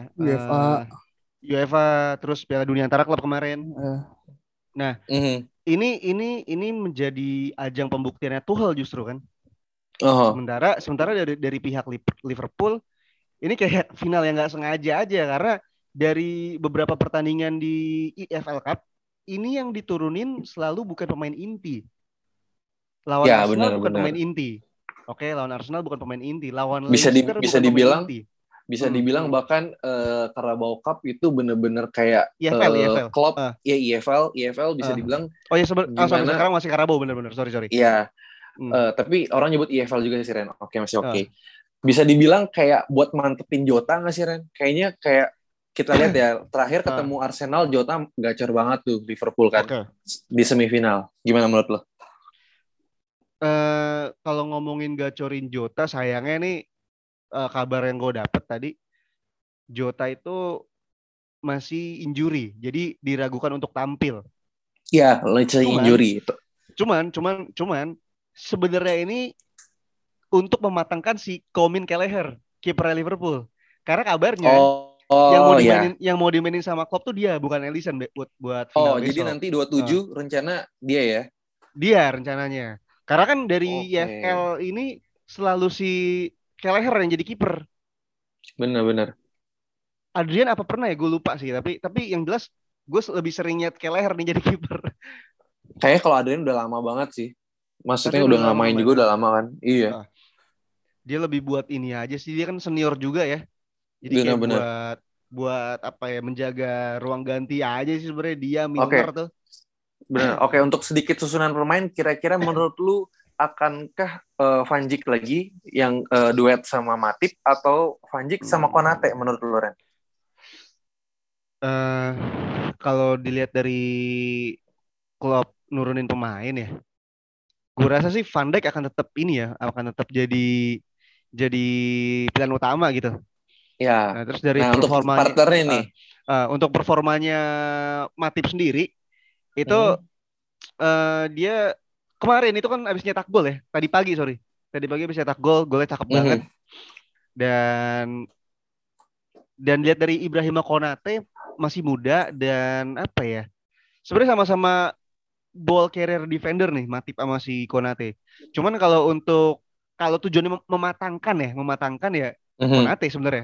UEFA, terus Piala Dunia Antara Klub kemarin. Nah, ini menjadi ajang pembuktiannya Tuchel justru kan. Sementara dari pihak Liverpool ini kayak final yang nggak sengaja aja, karena dari beberapa pertandingan di EFL Cup ini yang diturunin selalu bukan pemain inti. Lawan Arsenal bukan pemain inti. Oke, lawan Arsenal bukan pemain inti. Lawan Leicester bukan pemain inti. Bisa dibilang bahkan Carabao Cup itu bener-bener kayak EFL. klub ya EFL bisa dibilang. Oh ya sampai sekarang masih Carabao bener-bener. Sorry. Iya. Tapi orang nyebut EFL juga sih Ren. Oke, masih oke. Bisa dibilang kayak buat mantepin Jota nggak sih Ren? Kayaknya kayak kita lihat ya terakhir ketemu Arsenal, Jota gacor banget tuh Liverpool kan di semifinal. Gimana menurut lo? Kalau ngomongin gacorin Jota, sayangnya nih kabar yang gue dapet tadi, Jota itu masih injury, jadi diragukan untuk tampil. Iya, injury itu. Cuman sebenarnya ini untuk mematangkan si Colin Kelleher, kiper Liverpool. Karena kabarnya yang mau dimainin sama Klopp tuh dia, bukan Alisson buat final besok. Jadi nanti 27 rencana dia ya? Dia rencananya. Karena kan dari EFL ini selalu si Kelleher yang jadi kiper. Benar. Adrian apa pernah ya? Gue lupa sih. Tapi yang jelas gue lebih sering lihat Kelleher nih jadi kiper. Kayaknya kalau Adrian udah lama banget sih. Maksudnya udah nggak main juga udah lama kan? Iya. Dia lebih buat ini aja sih. Dia kan senior juga ya. Jadi kayak buat apa ya, menjaga ruang ganti aja sih sebenarnya dia Milner tuh. Benar. Oke, untuk sedikit susunan pemain, kira-kira menurut lu akankah Van Dijk lagi yang duet sama Matip atau Van Dijk sama Konate menurut lu Ren? Kalau dilihat dari Klopp nurunin pemain ya, gue rasa sih Van Dijk akan tetap jadi pilihan utama gitu. Ya. Nah, terus dari performanya, untuk partnernya nih. Untuk performanya Matip sendiri itu dia kemarin itu kan abis nyetak gol ya. Tadi pagi abis nyetak golnya cakep banget. Dan lihat dari Ibrahima Konate masih muda dan apa ya? Sebenarnya sama-sama ball carrier defender nih Matip sama si Konate. Cuman kalau tujuannya mematangkan ya Konate sebenarnya.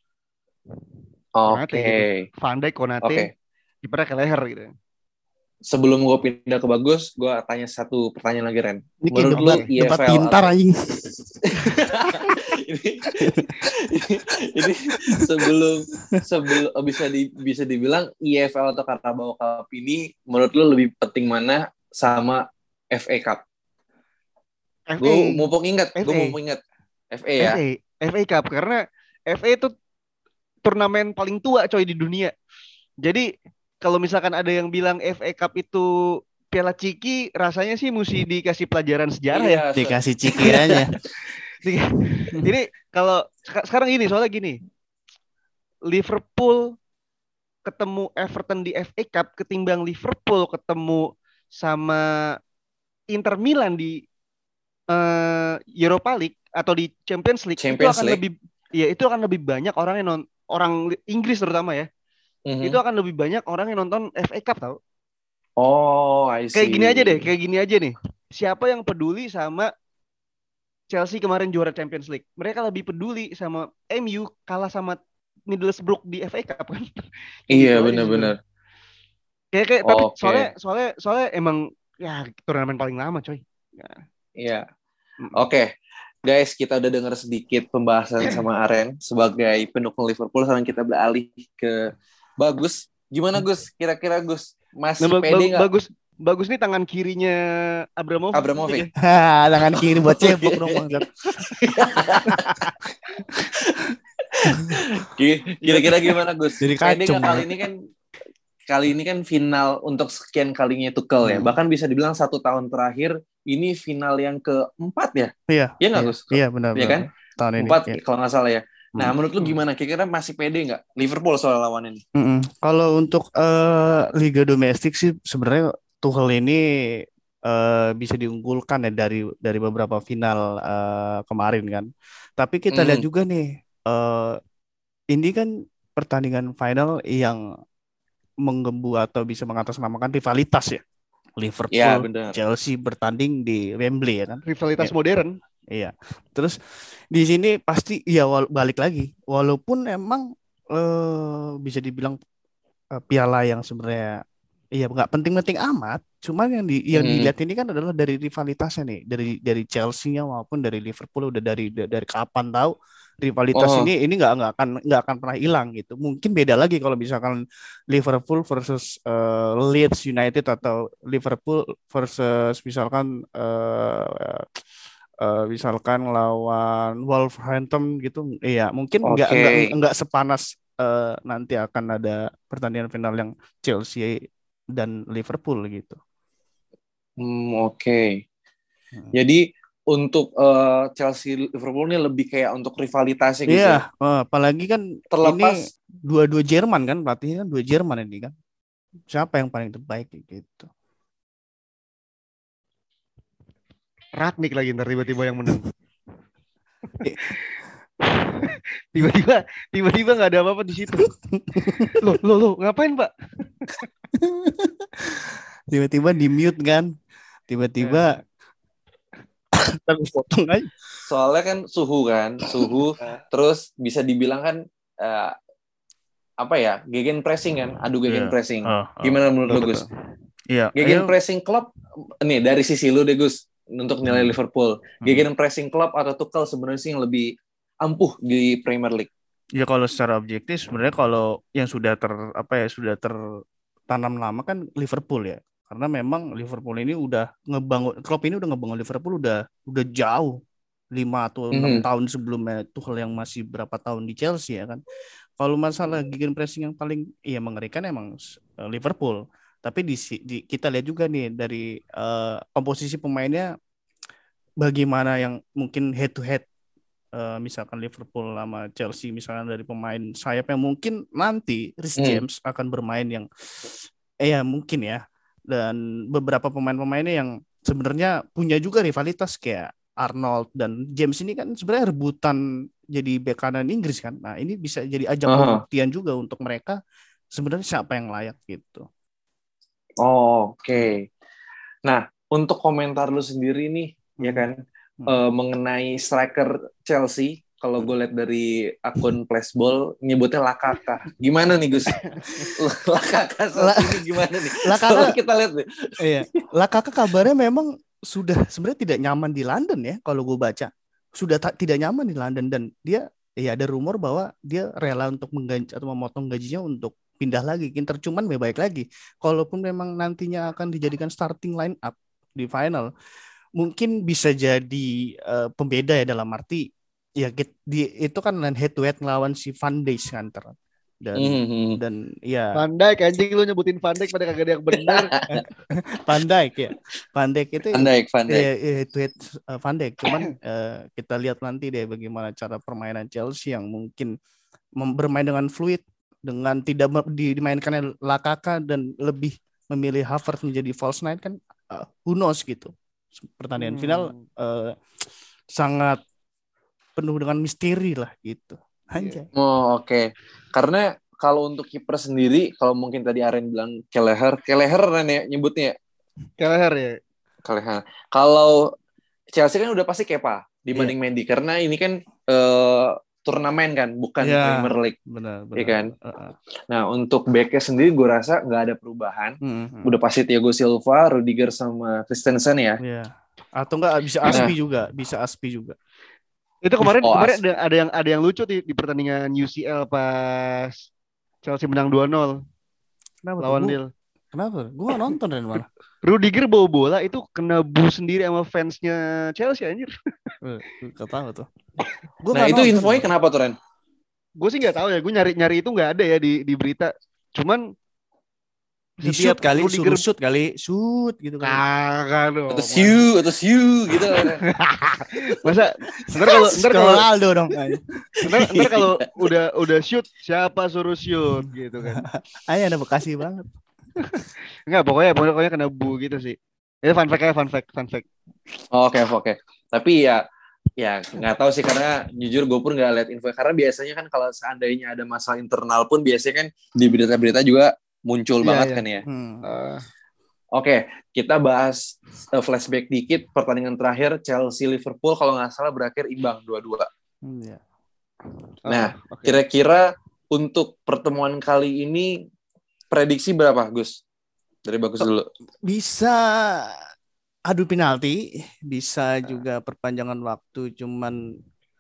Oke. Gitu. Van Dijk, Konate, kipernya Kelleher gitu. Sebelum gue pindah ke Bagus, gue tanya satu pertanyaan lagi Ren. Menurut lu EFL pintar anjing. ini sebelum bisa dibilang EFL atau Carabao Cup ini menurut lu lebih penting mana sama FA Cup? Gue mumpung ingat FA ya. FA Cup karena FA itu turnamen paling tua coy di dunia. Jadi kalau misalkan ada yang bilang FA Cup itu Piala Ciki, rasanya sih mesti dikasih pelajaran sejarah ya. Dikasih cikirannya. Jadi kalau sekarang gini, soalnya gini, Liverpool ketemu Everton di FA Cup ketimbang Liverpool ketemu sama Inter Milan di Europa League atau di Champions League, itu akan lebih banyak orang yang orang Inggris terutama ya. Itu akan lebih banyak orang yang nonton FA Cup tau. Oh, I see. Kayak gini aja nih. Siapa yang peduli sama Chelsea kemarin juara Champions League? Mereka lebih peduli sama MU kalah sama Middlesbrough di FA Cup kan. Iya, gitu benar-benar. Kayak tapi soalnya emang ya turnamen paling lama coy. Iya. Oke. Guys, kita udah dengar sedikit pembahasan sama Aren sebagai pendukung Liverpool. Sekarang kita beralih ke Bagus. Gimana Gus? Kira-kira Gus masih pede nggak? Bagus nih tangan kirinya Abramovich. Tangan kiri buat cebok dong Bang. Kira-kira gimana Gus? Jadi kacung. Kali ini kan final untuk sekian kalinya Tuchel ya. Bahkan bisa dibilang 1 tahun terakhir ini final yang keempat ya. Iya. Iya nggak Gus? Iya benar. Iya kan? Tahun ini. 4 kalau nggak salah ya. Nah, menurut lu gimana? Kira-kira masih pede nggak Liverpool soal lawan ini? Kalau untuk Liga Domestik sih sebenarnya Tuchel ini bisa diunggulkan ya dari beberapa final kemarin kan. Tapi kita lihat juga nih, ini kan pertandingan final yang menggembu atau bisa mengatasnamakan rivalitas ya. Liverpool, ya, Chelsea bertanding di Wembley ya kan. Rivalitas modern. Iya. Terus di sini pasti ya balik lagi. Walaupun emang bisa dibilang piala yang sebenarnya iya nggak penting-penting amat, cuman yang dilihat ini kan adalah dari rivalitasnya nih, dari Chelsea-nya maupun dari Liverpool udah dari kapan tahu rivalitas ini nggak akan pernah hilang gitu. Mungkin beda lagi kalau misalkan Liverpool versus Leeds United atau Liverpool versus misalkan lawan Wolverhampton gitu. Iya, mungkin nggak sepanas nanti akan ada pertandingan final yang Chelsea dan Liverpool gitu. Jadi untuk Chelsea Liverpool ini lebih kayak untuk rivalitasnya gitu. Iya, apalagi kan terlepas ini dua Jerman kan, pelatihnya kan 2 Jerman ini kan. Siapa yang paling terbaik gitu. Ragnik lagi ntar tiba-tiba yang menang. tiba-tiba nggak ada apa-apa di situ. Loh, ngapain Pak? Tiba-tiba di mute kan, tiba-tiba potong aja. Soalnya kan suhu, terus bisa dibilang kan gegen pressing kan, gegen pressing. Gimana menurut lu Gus? Iya. Gegen pressing klub nih dari sisi lu deh Gus untuk nilai Liverpool. Gegen pressing klub atau Tuchel sebenarnya sih yang lebih ampuh di Premier League. Ya kalau secara objektif sebenarnya kalau yang sudah tertanam lama kan Liverpool ya. Karena memang Liverpool ini Klopp ini udah ngebangun Liverpool udah jauh 5 atau 6 tahun sebelumnya Tuchel yang masih berapa tahun di Chelsea ya kan. Kalau masalah gegen pressing yang paling mengerikan emang Liverpool. Tapi kita lihat juga nih dari komposisi pemainnya bagaimana yang mungkin head to head. Misalkan Liverpool sama Chelsea misalkan dari pemain sayap yang mungkin nanti Reece James akan bermain yang mungkin ya, dan beberapa pemainnya yang sebenarnya punya juga rivalitas kayak Arnold dan James ini kan sebenarnya rebutan jadi bek kanan Inggris kan. Nah ini bisa jadi ajang pembuktian juga untuk mereka sebenarnya siapa yang layak gitu. Oke. Nah untuk komentar lu sendiri nih ya kan. Mengenai striker Chelsea, kalau gue lihat dari akun Flashball nyebutnya Lakaka. Gimana nih Gus? Lakaka saat ini gimana nih? Lakaka kita lihat nih. Iya. Lakaka kabarnya memang sudah sebenarnya tidak nyaman di London ya, kalau gue baca. Sudah tidak nyaman di London dan dia ada rumor bahwa dia rela untuk mengganti atau memotong gajinya untuk pindah lagi ke Inter, cuman baik lagi. Kalaupun memang nantinya akan dijadikan starting line up di final, mungkin bisa jadi pembeda ya, dalam arti ya itu kan head to head ngelawan si Van Dijk kan dan ya Van Dijk anjing, lu nyebutin Van Dijk pada kagak ada yang bener. Van Dijk ya. Van Dijk itu Van Dijk. head to head Van Dijk. Cuman kita lihat nanti deh bagaimana cara permainan Chelsea yang mungkin bermain dengan fluid, dengan tidak dimainkannya Lakaka dan lebih memilih Havertz menjadi false nine kan, who knows gitu. Pertandingan final sangat penuh dengan misteri lah gitu. Anjay. Oh, oke. Karena kalau untuk kiper sendiri, kalau mungkin tadi Aren bilang Kelleher Ren ya nyebutnya. Kelleher ya. Kelleher. Kalau Chelsea kan udah pasti Kepa dibanding Mendy, karena ini kan turnamen kan, bukan Premier League. Benar. Ya kan? Nah, untuk backnya sendiri gue rasa nggak ada perubahan. Udah pasti Thiago Silva, Rudiger sama Christensen ya. Iya. Atau enggak bisa Aspi juga. Itu kemarin ada yang lucu di pertandingan UCL pas Chelsea menang 2-0. Kenapa lawan Lille. Kenapa? Gue gak nonton dari mana. Rudiger bawa bola itu kena bu sendiri sama fansnya Chelsea anjir. Gak tahu tuh. Nah itu infonya kenapa tuh Ren? Gue sih gak tahu ya. Gue nyari itu gak ada ya di berita. Cuman di shoot kali, shoot gitu kan. Kagak dong. Atau siu gitu. Masa ntar kalau Aldo dong. Ntar kalau udah shoot siapa suruh shoot gitu kan. Ayo ada Bekasi banget. Enggak, pokoknya kena bu gitu sih. Itu fun fact. Oke. Tapi ya nggak tahu sih, karena jujur gue pun nggak lihat info, karena biasanya kan kalau seandainya ada masalah internal pun biasanya kan di berita-berita juga muncul banget kan ya. Oke, kita bahas flashback dikit. Pertandingan terakhir Chelsea-Liverpool kalau nggak salah berakhir imbang 2-2. Nah, kira-kira untuk pertemuan kali ini prediksi berapa, Gus? Dari Bagus dulu. Bisa adu penalti, bisa juga perpanjangan waktu, cuman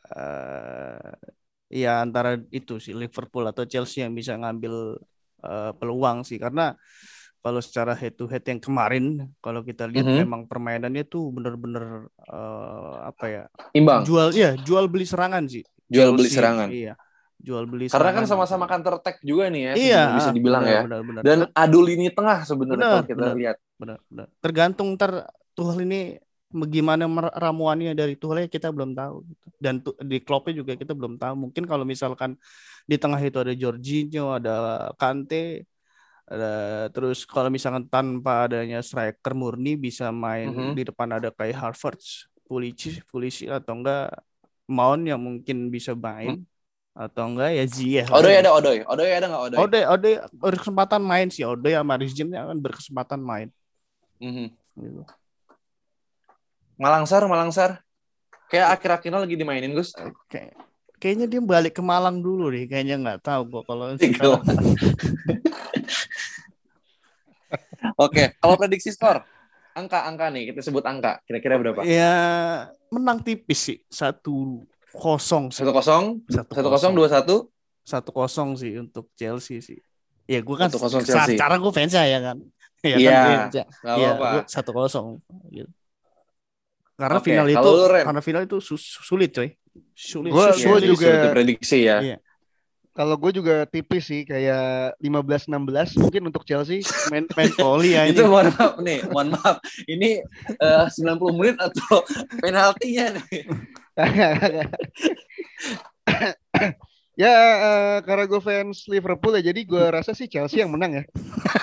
ya antara itu sih Liverpool atau Chelsea yang bisa ngambil peluang sih, karena kalau secara head to head yang kemarin kalau kita lihat memang permainannya tuh bener-bener imbang. Jual beli serangan sih. Jual beli serangan. Iya. Jual beli karena serangan. Kan sama-sama counter attack juga nih ya. Iya, bisa dibilang benar. Dan adu lini tengah sebenarnya kalau kita lihat. Benar. Tergantung Tuchel ini bagaimana ramuannya dari Tuchel kita belum tahu gitu. Dan di Kloppnya juga kita belum tahu. Mungkin kalau misalkan di tengah itu ada Jorginho, ada Kante, terus kalau misalkan tanpa adanya striker murni bisa main di depan ada kayak Havertz, Pulisic atau enggak Mount yang mungkin bisa main atau enggak ya Ziyech. Odoi ada nggak Odoi? Odoi berkesempatan main sih. Odoi sama Rizkin akan berkesempatan main. Gitu. Malangsar kayak akhir-akhirnya lagi dimainin Gus. Kayaknya dia balik ke Malang dulu deh, kayaknya nggak tahu kok kalau Oke, kalau prediksi skor angka nih, kita sebut angka kira-kira berapa? Ya menang tipis sih, 1-0 sih. 1-0, 2-1. 1-0 sih untuk Chelsea sih. Ya gue kan secara gue fans ya kan. Iya. Enggak apa-apa. 1-0 gitu. Karena final itu sulit coy. Gue juga prediksi ya. Iya. Kalau gue juga tipis sih, kayak 15-16 mungkin untuk Chelsea. main poli ya. Itu mohon maaf. Ini 90 menit atau penaltinya nih? Ya karena gue fans Liverpool ya, jadi gue rasa sih Chelsea yang menang ya.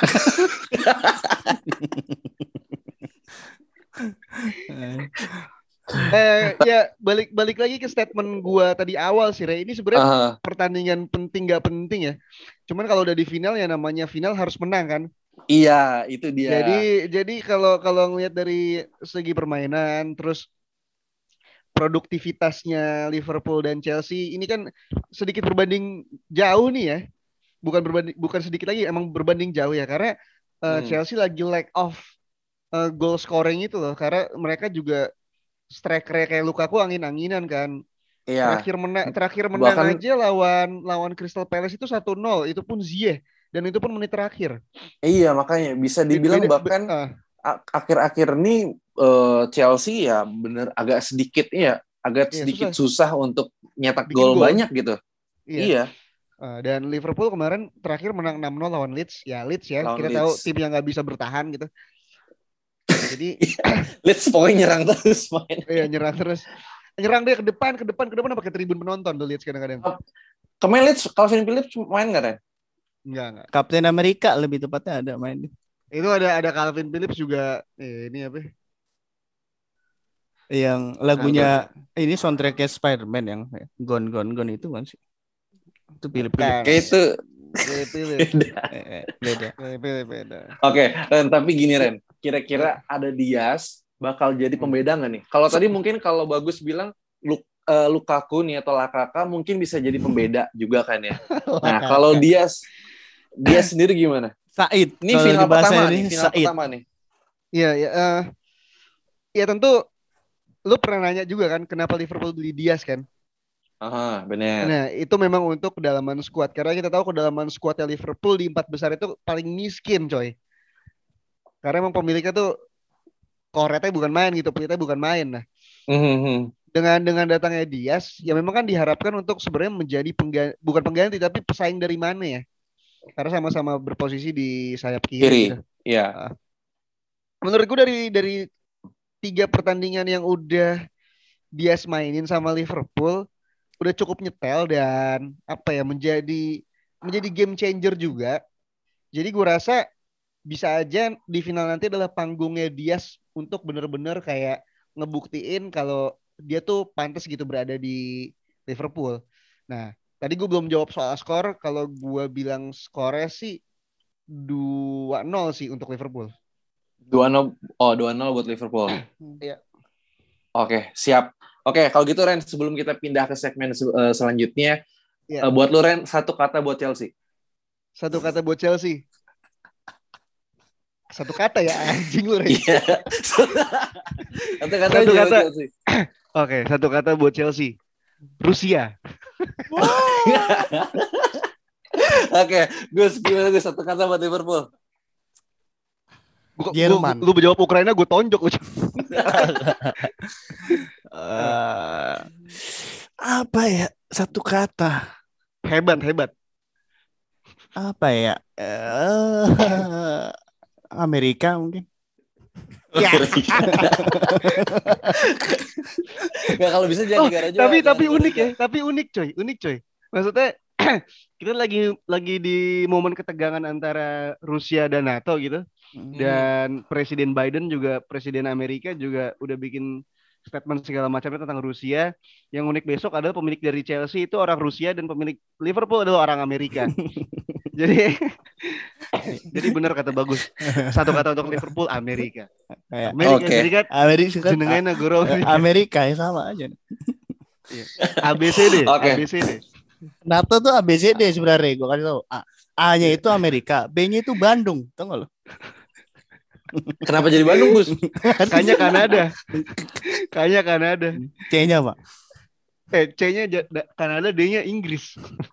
Ya balik lagi ke statement gua tadi awal sih, Ray. Ini sebenarnya pertandingan penting gak penting ya. Cuman kalau udah di final ya namanya final harus menang kan. Iya, itu dia. Jadi kalau ngelihat dari segi permainan, terus produktivitasnya Liverpool dan Chelsea ini kan sedikit berbanding jauh nih ya. Bukan sedikit lagi, emang berbanding jauh ya, karena Chelsea lagi lack of goal scoring itu loh, karena mereka juga striker kayak Lukaku angin-anginan kan. Iya. Terakhir menang bahkan aja lawan Crystal Palace itu 1-0, itu pun Ziyech, dan itu pun menit terakhir. Iya, makanya bisa dibilang bahkan akhir-akhir ini Chelsea ya bener agak sedikit susah untuk nyetak bikin gol gol. banyak gitu. Iya. Dan Liverpool kemarin terakhir menang 6-0 lawan Leeds. Ya Leeds ya, Lawan kita Leeds. tahu tim yang nggak bisa bertahan gitu. Jadi Leeds pokoknya nyerang terus main. iya nyerang terus. Nyerang dia ke depan pakai tribun penonton tuh Leeds kadang-kadang. Kemarin Leeds Calvin Phillips main nggak, Ren? Enggak. Kapten Amerika lebih tepatnya ada main. Itu ada Calvin Phillips juga. Ini apa? Yang lagunya ini soundtracknya Spider-Man yang Gone itu kan sih. Itu Philip. Kayak itu beda. Oke, Ren, tapi gini Ren, kira-kira ada Diaz bakal jadi pembeda nggak nih? Kalau tadi mungkin kalau Bagus bilang Lukaku nih atau Lakaka mungkin bisa jadi pembeda juga kan ya. Nah, kalau Diaz sendiri gimana? Said. Ini final pertama nih. Iya, ya tentu lu pernah nanya juga kan kenapa Liverpool beli Diaz kan? Aha, benar. Nah, itu memang untuk kedalaman skuad. Karena kita tahu kedalaman skuadnya Liverpool di 4 besar itu paling miskin, coy. Karena emang pemiliknya tuh koretnya bukan main gitu, pelitnya bukan main. Nah, dengan datangnya Diaz, ya memang kan diharapkan untuk sebenarnya menjadi bukan pengganti tapi pesaing dari mana ya? Karena sama-sama berposisi di sayap kiri. Gitu. Iya. Menurutku dari 3 pertandingan yang udah Diaz mainin sama Liverpool udah cukup nyetel dan menjadi game changer juga. Jadi gue rasa bisa aja di final nanti adalah panggungnya Diaz untuk bener-bener kayak ngebuktiin kalau dia tuh pantas gitu berada di Liverpool. Nah, tadi gue belum jawab soal skor. Kalau gue bilang skornya sih 2-0 sih untuk Liverpool. 2-0 buat Liverpool. Iya. Oke, siap. Oke, kalau gitu Ren, sebelum kita pindah ke segmen selanjutnya, buat lu Ren, satu kata buat Chelsea. Satu kata buat Chelsea. Satu kata ya, anjing lu Ren. Iya. Satu kata. Chelsea. Oke, satu kata buat Chelsea. Rusia. Oke, Gus, gimana Gus? Satu kata buat Liverpool. Jerman. Lu jawab Ukraina, gue tonjok. Apa ya? Satu kata. Hebat. Apa ya? Amerika mungkin. Ya. Nggak, kalau bisa jangan negara juga. Tapi unik ya. Tapi unik coy. Maksudnya kita lagi di momen ketegangan antara Rusia dan NATO gitu. Dan Presiden Biden juga, Presiden Amerika juga udah bikin statement segala macamnya tentang Rusia. Yang unik besok adalah pemilik dari Chelsea itu orang Rusia dan pemilik Liverpool adalah orang Amerika. Jadi benar kata Bagus. Satu kata untuk Liverpool, Amerika. Amerika jenengan negara Amerika ya sama aja. ABCD. NATO tuh ABCD sebenarnya, gue kasih tahu. A-nya itu Amerika, B-nya itu Bandung, tau gak lo? Kenapa jadi Bandung, Gus? Kayaknya Kanada. C-nya apa? C-nya Kanada, D-nya Inggris.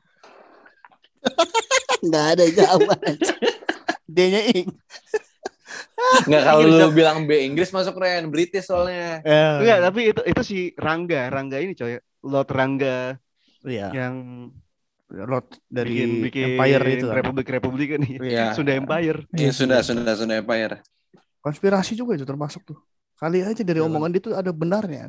Nggak ada jawaban. D-nya Nggak, kalau lu bilang B Inggris masuk Ren, British soalnya. Enggak, tapi itu si Rangga ini coy, Lord Rangga. Iya. Yang Lord dari bikin Empire itu kan. Republik kan nih. Iya. Sunda Empire. Iya, Sunda Empire. Konspirasi juga itu termasuk tuh. Kali aja dari omongan dia tuh ada benarnya.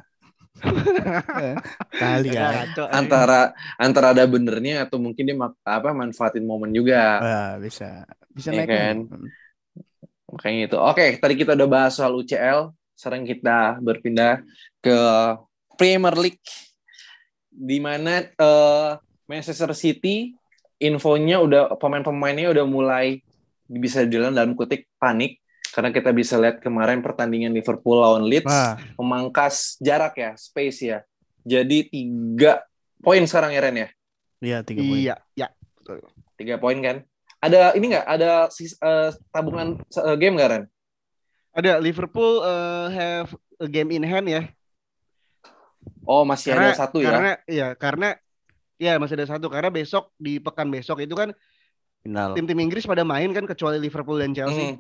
Kali ya. Antara ada benernya atau mungkin dia manfaatin momen juga. Bisa ya naik kan. Makanya itu. Oke, tadi kita udah bahas soal UCL. Sekarang kita berpindah ke Premier League, di mana Manchester City infonya pemain-pemainnya udah mulai bisa jalan dalam kutip panik. Karena kita bisa lihat kemarin pertandingan Liverpool lawan Leeds memangkas jarak ya, space ya. Jadi 3 poin sekarang ya Ren ya? Iya, 3 poin. Iya. 3 poin kan? Ada ini nggak? Ada tabungan game nggak Ren? Ada. Liverpool have a game in hand ya. Oh, masih ada 1 ya? Karena masih ada 1. Karena besok, di pekan besok itu kan final. Tim-tim Inggris pada main kan, kecuali Liverpool dan Chelsea.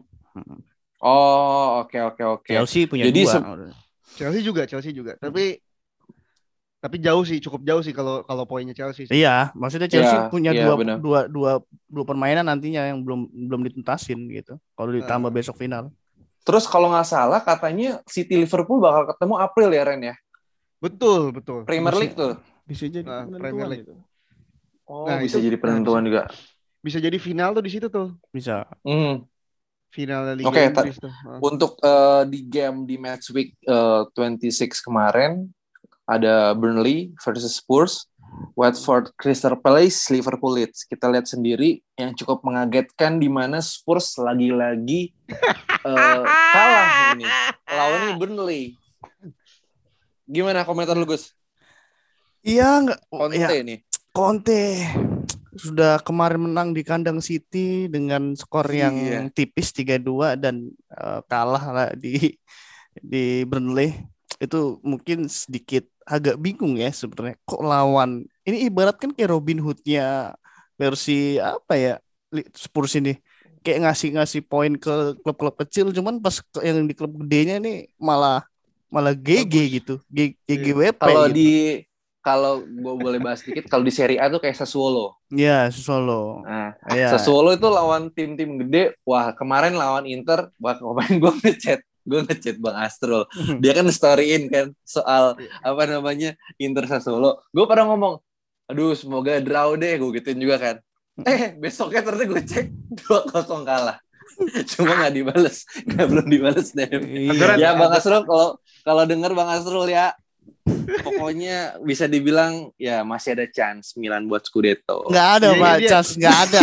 Oh, oke. Chelsea punya jadi 2. Chelsea juga. Tapi jauh sih, cukup jauh sih kalau poinnya Chelsea sih. Iya, maksudnya Chelsea punya bener. dua permainan nantinya yang belum dituntasin gitu. Kalau ditambah besok final. Terus kalau nggak salah katanya City Liverpool bakal ketemu April ya Ren ya? Betul. Premier League tuh. Bisa jadi Premier League. Itu. Oh, bisa jadi penentuan juga. Bisa jadi final tuh di situ tuh. Bisa. Final Liga Inggris tuh. Untuk di game di match week 26 kemarin ada Burnley versus Spurs, Watford Crystal Palace, Liverpool Leeds. Kita lihat sendiri yang cukup mengagetkan di mana Spurs lagi-lagi kalah ini. Lawannya Burnley. Gimana komentar lu, Gus? Iya, Conte nih. Conte sudah kemarin menang di kandang City dengan skor yang tipis 3-2 dan kalah lah di Burnley. Itu mungkin sedikit agak bingung ya sebenarnya. Kok lawan ini ibarat kan kayak Robin Hood-nya versi apa ya Spurs ini. Kayak ngasih poin ke klub-klub kecil, cuman pas yang di klub gedenya nih malah GG gitu. GGWP gitu. Kalau gue boleh bahas sedikit, kalau di Serie A tuh kayak Sassuolo. Iya, Sassuolo. Nah, Sassuolo itu lawan tim-tim gede. Wah, kemarin lawan Inter, kemarin gue ngechat Bang Astrul. Dia kan storyin kan soal Inter Sassuolo. Gue pada ngomong, aduh semoga draw deh, gue gituin juga kan. Besoknya ternyata gue cek 2-0 kalah. Cuma belum dibales deh. Ya Bang Astrul, kalau denger Bang Astrul ya, pokoknya bisa dibilang ya masih ada chance Milan buat Scudetto. Nggak ada Pak, chance nggak ada.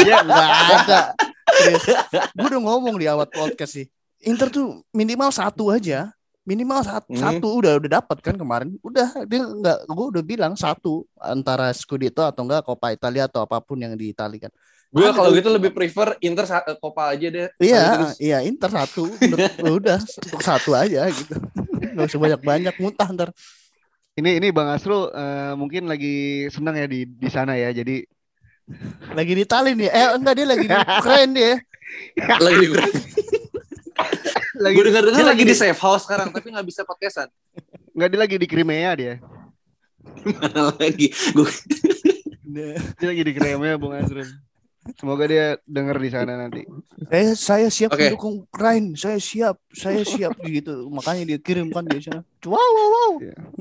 Gue udah ngomong di awal podcast sih. Inter tuh minimal 1 aja, satu udah dapat kan kemarin. Udah dia nggak, gue udah bilang 1 antara Scudetto atau enggak Coppa Italia atau apapun yang di Italia kan. Gue kalau gitu lebih prefer Inter Coppa aja deh. Iya Inter 1 udah untuk 1 aja gitu. Nggak usah banyak muntah ntar. Ini Bang Asrul mungkin lagi senang ya di sana ya. Jadi lagi di Tallinn ya. Enggak, dia lagi di Ukraina dia. Lagi di Ukraina. Gue dengar lagi di safe house sekarang tapi nggak bisa podcastan. Enggak, dia lagi di Crimea dia. Mana lagi? Dia lagi di Crimea Bang Asrul. Semoga dia denger di sana nanti. Saya siap mendukung Ukraina. Saya siap gitu. Makanya dia kirimkan di sana. Wow.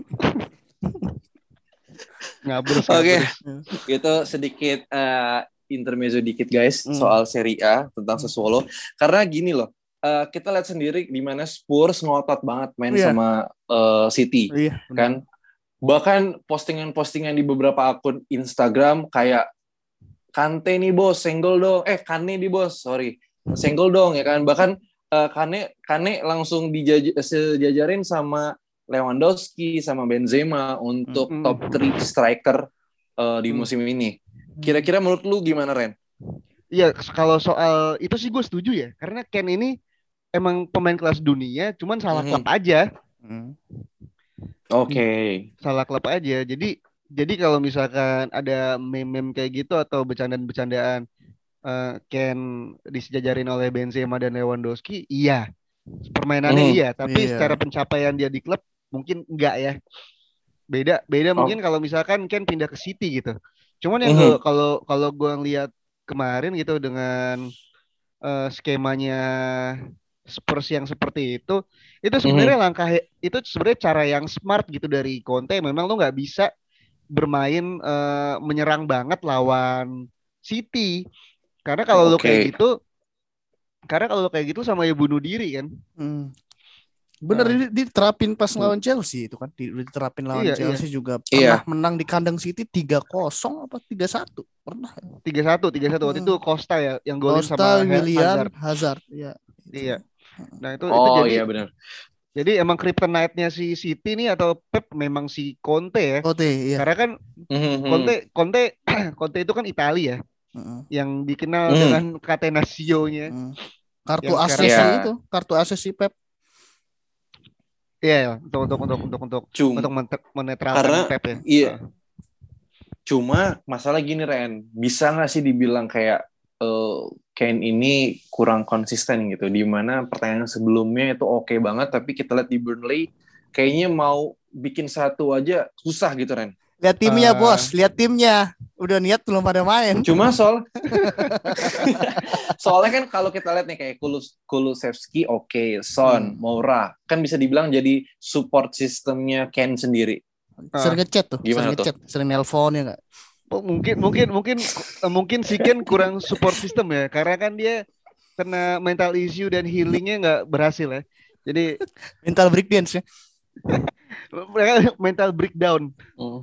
Ngabur. Itu sedikit intermezzo dikit guys soal Serie A tentang Sassuolo. Karena gini loh, kita lihat sendiri di mana Spurs ngotot banget main sama City, kan? Bahkan postingan-postingan di beberapa akun Instagram kayak Kante nih bos, senggol dong. Kane nih bos, sorry. Senggol dong ya kan. Bahkan Kane langsung sejajarin sama Lewandowski sama Benzema untuk top 3 striker di musim ini. Kira-kira menurut lu gimana Ren? Iya, kalau soal itu sih gue setuju ya. Karena Ken ini emang pemain kelas dunia, cuman salah klub aja. Oke. Salah klub aja. Jadi kalau misalkan ada meme-meme kayak gitu atau bercandaan-bercandaan Ken disejajarin oleh Benzema dan Lewandowski, iya. Permainannya iya, tapi secara pencapaian dia di klub mungkin enggak ya. Beda mungkin kalau misalkan Ken pindah ke City gitu. Cuman yang kalau gue ngeliat kemarin gitu dengan skemanya Spurs yang seperti itu sebenarnya itu sebenarnya cara yang smart gitu dari Conte. Memang lo nggak bisa bermain menyerang banget lawan City, karena kalau lo kayak gitu sama ya bunuh diri kan. Bener, diterapin pas lawan Chelsea itu kan, diterapin lawan Chelsea juga pernah menang di kandang City 3-0 apa 3-1 pernah. 3-1 waktu itu Costa ya yang golin sama Willian Hazard. Iya. Nah itu jadi iya benar. Jadi emang kryptonite-nya si City nih atau Pep memang si Conte ya. Iya. Karena kan Conte itu kan Italia ya. Yang dikenal dengan Catenaccio-nya. Kartu akses si Pep. Iya, untuk menetralkan Pep ya. Iya. Cuma masalah gini Ren, bisa nggak sih dibilang kayak Kane ini kurang konsisten gitu, di mana pertandingan sebelumnya itu oke banget, tapi kita lihat di Burnley kayaknya mau bikin satu aja susah gitu Ren. Lihat timnya bos, lihat timnya. Udah niat belum pada main. Cuma soalnya kan kalau kita lihat nih kayak Kulusevski oke, Son, Moura kan bisa dibilang jadi support sistemnya Ken sendiri. Sering ngechat tuh, Gimana sering nelpon ya nggak? Mungkin si Ken kurang support system ya, karena kan dia kena mental issue dan healingnya nggak berhasil ya. Jadi mental breakdance ya. mental breakdown.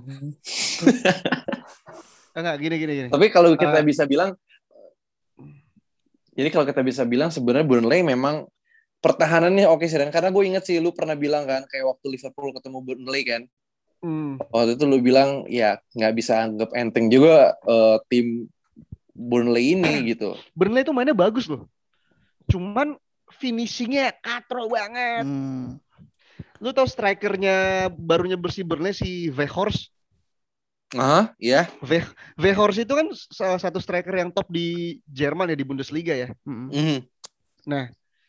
Enggak gini. Tapi kalau kita bisa bilang, jadi kalau kita bisa bilang sebenarnya Burnley memang pertahanannya oke sih, karena gue inget sih lu pernah bilang kan kayak waktu Liverpool ketemu Burnley kan. Waktu itu lu bilang ya nggak bisa anggap enteng juga tim Burnley ini gitu. Burnley itu mainnya bagus loh, cuman finishingnya katro banget. Lu tau strikernya barunya bersih Burnley si Weghorst? Iya. Weghorst itu kan salah satu striker yang top di Jerman ya, di Bundesliga ya. Nah,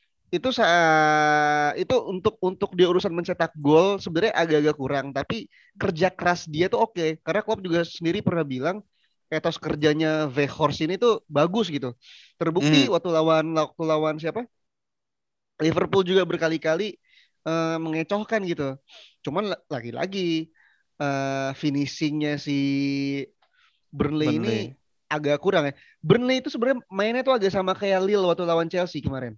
itu untuk dia urusan mencetak gol sebenarnya agak-agak kurang, tapi kerja keras dia tuh oke. Karena Klopp juga sendiri pernah bilang etos kerjanya Weghorst ini tuh bagus gitu. Terbukti waktu lawan siapa? Liverpool juga berkali-kali mengecohkan gitu. Cuman lagi-lagi finishingnya si Burnley ini agak kurang ya. Burnley itu sebenarnya mainnya tuh agak sama kayak Lille waktu lawan Chelsea kemarin.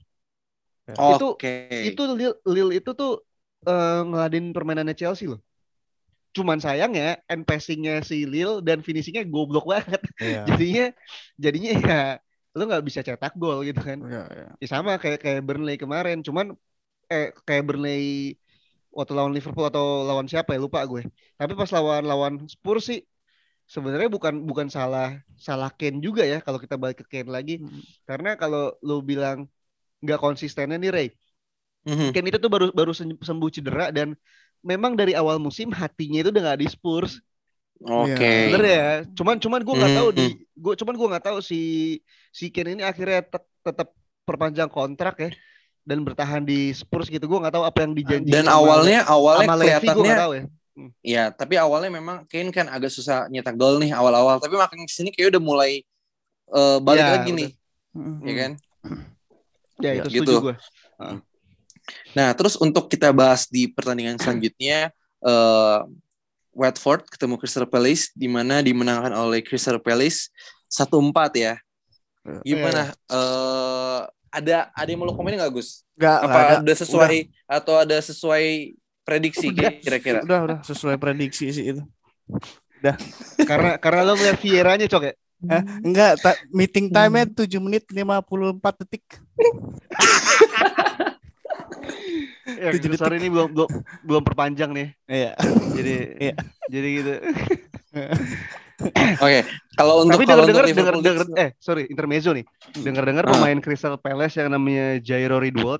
Itu Lille itu tuh ngeladenin permainannya Chelsea loh. Cuman sayangnya end passingnya si Lille dan finishingnya goblok banget. Jadinya ya lu nggak bisa cetak gol gitu kan. Ya sama kayak Burnley kemarin. Cuman kayak Burnley waktu lawan Liverpool atau lawan siapa ya lupa gue. Tapi pas lawan Spurs sih sebenarnya bukan salah Kane juga ya kalau kita balik ke Kane lagi. Karena kalau lu bilang nggak konsistennya nih Ray. Kane itu tuh baru sembuh cedera dan memang dari awal musim hatinya itu udah nggak di Spurs. Bener ya. Cuman gue nggak tahu gue nggak tahu si Kane ini akhirnya tetap perpanjang kontrak ya dan bertahan di Spurs gitu. Gue nggak tahu apa yang dijanjikan. Dan awalnya kelihatannya tahu ya. Ya, tapi awalnya memang Kane kan agak susah nyetak gol nih awal-awal. Tapi makin kesini kayak udah mulai balik lagi nih, ya kan? Ya itu setuju gue. Nah, terus untuk kita bahas di pertandingan selanjutnya, Watford ketemu Crystal Palace, di mana dimenangkan oleh Crystal Palace 1-4 ya. Gimana? Ada yang mau lo komen nggak Gus? Apa ada sesuai atau ada sesuai prediksi kira-kira? Udah sesuai prediksi sih itu. Udah. Karena lo ngeliat Vieira-nya Cok ya? Enggak, meeting time-nya 7 menit 54 detik. Ya, sorry ini belum perpanjang nih. Iya. Jadi gitu. Oke, kalau untuk intermezzo nih. Dengar pemain Crystal Palace yang namanya Jairo Ridwood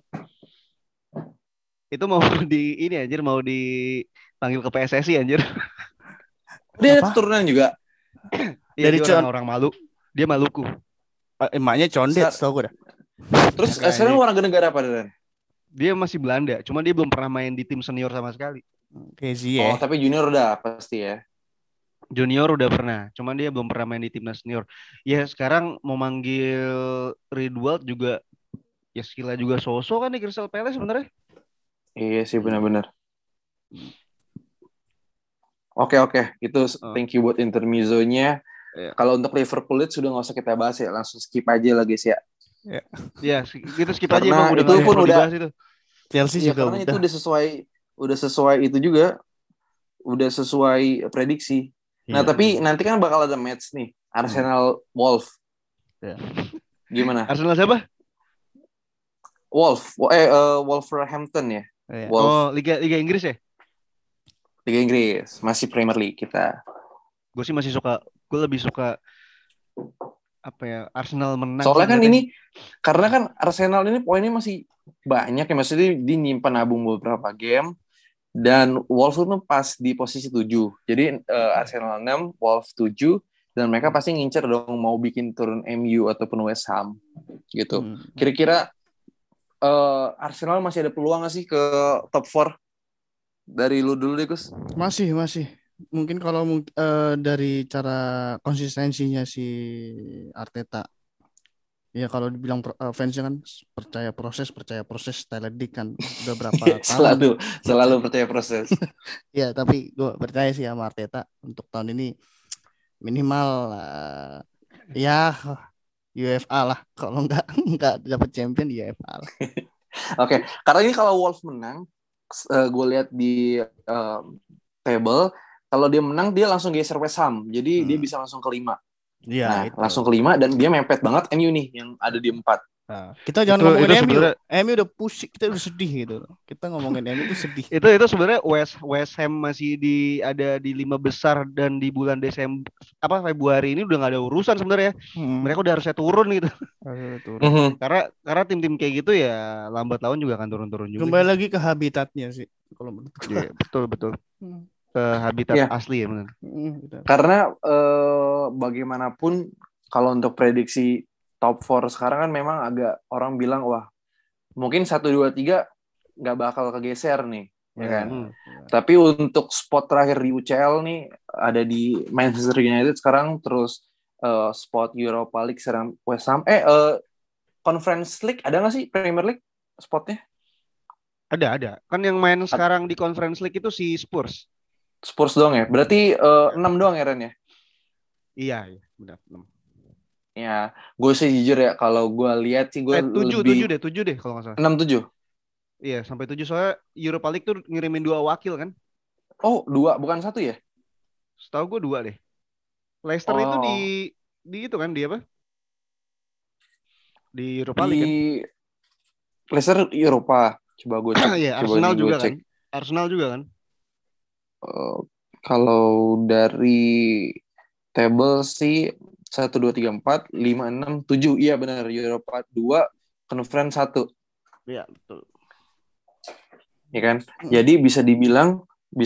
itu mau dipanggil ke PSSI anjir. Dia turunan juga. Dari orang Maluku. Dia Maluku. Emaknya condet tau gue dah. Terus sekarang warga negara apa Dan? Dia masih Belanda, cuma dia belum pernah main di tim senior sama sekali. Tapi junior udah pasti ya. Junior udah pernah, cuman dia belum pernah main di timnas senior. Ya sekarang mau manggil Ridwood juga, ya skillnya juga so-so kan di Crystal Palace sebenarnya. Iya sih benar-benar. Oke, itu thank you buat intermezzonya. Kalau untuk Liverpool itu sudah nggak usah kita bahas ya, langsung skip aja lah guys ya. Ya kita skip karena aja emang itu pun udah itu. Chelsea juga karena itu udah sesuai itu juga, udah sesuai prediksi. Nah, tapi nanti kan bakal ada match nih, Arsenal Wolf. Gimana? Arsenal siapa? Wolf. Wolverhampton ya. Wolf. Liga Inggris ya? Liga Inggris, masih Premier League kita. Gue lebih suka apa ya, Arsenal menang. Soalnya kan ini karena kan Arsenal ini poinnya masih banyak ya, maksudnya dia nyimpan nabung beberapa game. Dan Wolves itu pas di posisi 7. Jadi Arsenal 6, Wolves 7 dan mereka pasti ngincer dong mau bikin turun MU ataupun West Ham gitu. Kira-kira Arsenal masih ada peluang nggak sih ke top 4? Dari lu dulu deh, Gus. Masih. Mungkin kalau dari cara konsistensinya si Arteta, ya kalau dibilang fansnya kan percaya proses Tyler Dick kan udah berapa tahun selalu percaya proses. Ya tapi gue percaya sih sama Arteta untuk tahun ini minimal ya UEFA lah, kalau nggak dapat champion UEFA lah. Oke, karena ini kalau Wolves menang, gue lihat di table, kalau dia menang dia langsung geser West Ham, jadi dia bisa langsung kelima. Iya, nah, langsung kelima dan dia mepet banget MU nih yang ada di 4. Nah, kita jangan ngomongin MU. MU udah pusing, kita udah sedih gitu. Kita ngomongin MU itu sedih. Itu sebenarnya West Ham masih ada di 5 besar dan di bulan Desember Februari ini udah nggak ada urusan sebenarnya. Mereka udah harusnya turun gitu. Karena tim-tim kayak gitu ya lambat laun juga akan turun juga. Kembali lagi ke habitatnya sih kalau menurut gue. Yeah, betul. Ke habitat asli ya benar. Karena bagaimanapun kalau untuk prediksi top 4 sekarang kan memang agak orang bilang wah mungkin 1 2 3 nggak bakal kegeser nih, ya kan. Tapi untuk spot terakhir di UCL nih ada di Manchester United sekarang, terus spot Europa League serang West Ham. Conference League ada nggak sih Premier League spotnya? Ada. Kan yang main sekarang di Conference League itu si Spurs doang ya? Berarti 6 doang ya, Ren ya? Iya, benar. 6. Ya, gue sih jujur ya, kalau gue lihat sih gue 7 deh kalau nggak salah. 6-7? Iya, sampai 7 soalnya Europa League tuh ngirimin 2 wakil kan? Oh, 2, bukan 1 ya? Setahu gue 2 deh. Leicester itu di itu kan, di apa? Di Europa League kan? Leicester Eropa. Coba gue cek. Iya, Arsenal juga kan? Arsenal juga kan? Kalau dari table sih 1, 2, 3, 4, 5, 6, 7. Iya benar, Europa 2, Conference 1. Iya, betul. Ya kan? Jadi bisa dibilang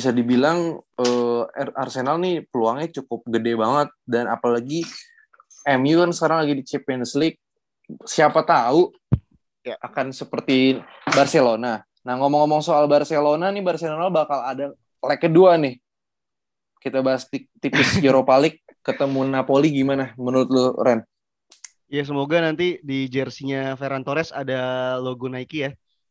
Arsenal nih peluangnya cukup gede banget, dan apalagi MU kan sekarang lagi di Champions League. Siapa tahu ya akan seperti Barcelona. Nah, ngomong-ngomong soal Barcelona nih, Barcelona bakal ada leg kedua nih. Kita bahas tipis Europa League ketemu Napoli, gimana menurut lu, Ren? Ya semoga nanti di jersey-nya Ferran Torres ada logo Nike ya.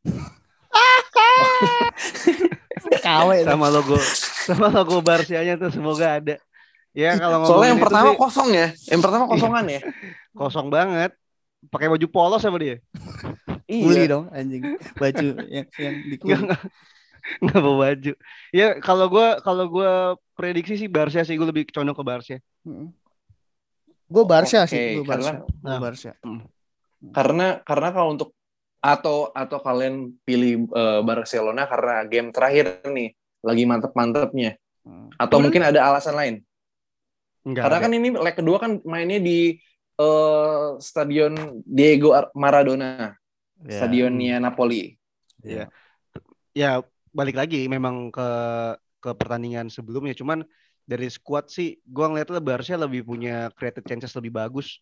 sama logo Barca-nya tuh semoga ada. Ya kalau ngomongin soalnya yang pertama sih, kosong ya. Yang pertama kosongan ya. Kosong banget. Pakai baju polos sama dia. Kuli dong anjing. Baju yang dikuli. Nggak bawa baju. Ya kalau gue prediksi sih Barca sih, gue lebih condong ke Barca. Gue Barca sih, gue Barca. Karena kalau untuk atau kalian pilih Barcelona karena game terakhir nih lagi mantep-mantepnya, atau mungkin ada alasan lain? Karena kan ini leg kedua kan mainnya di Stadion Diego Maradona, stadionnya Napoli. Ya balik lagi memang ke pertandingan sebelumnya, cuman dari squad sih gue ngeliatnya Barca lebih punya creative chances lebih bagus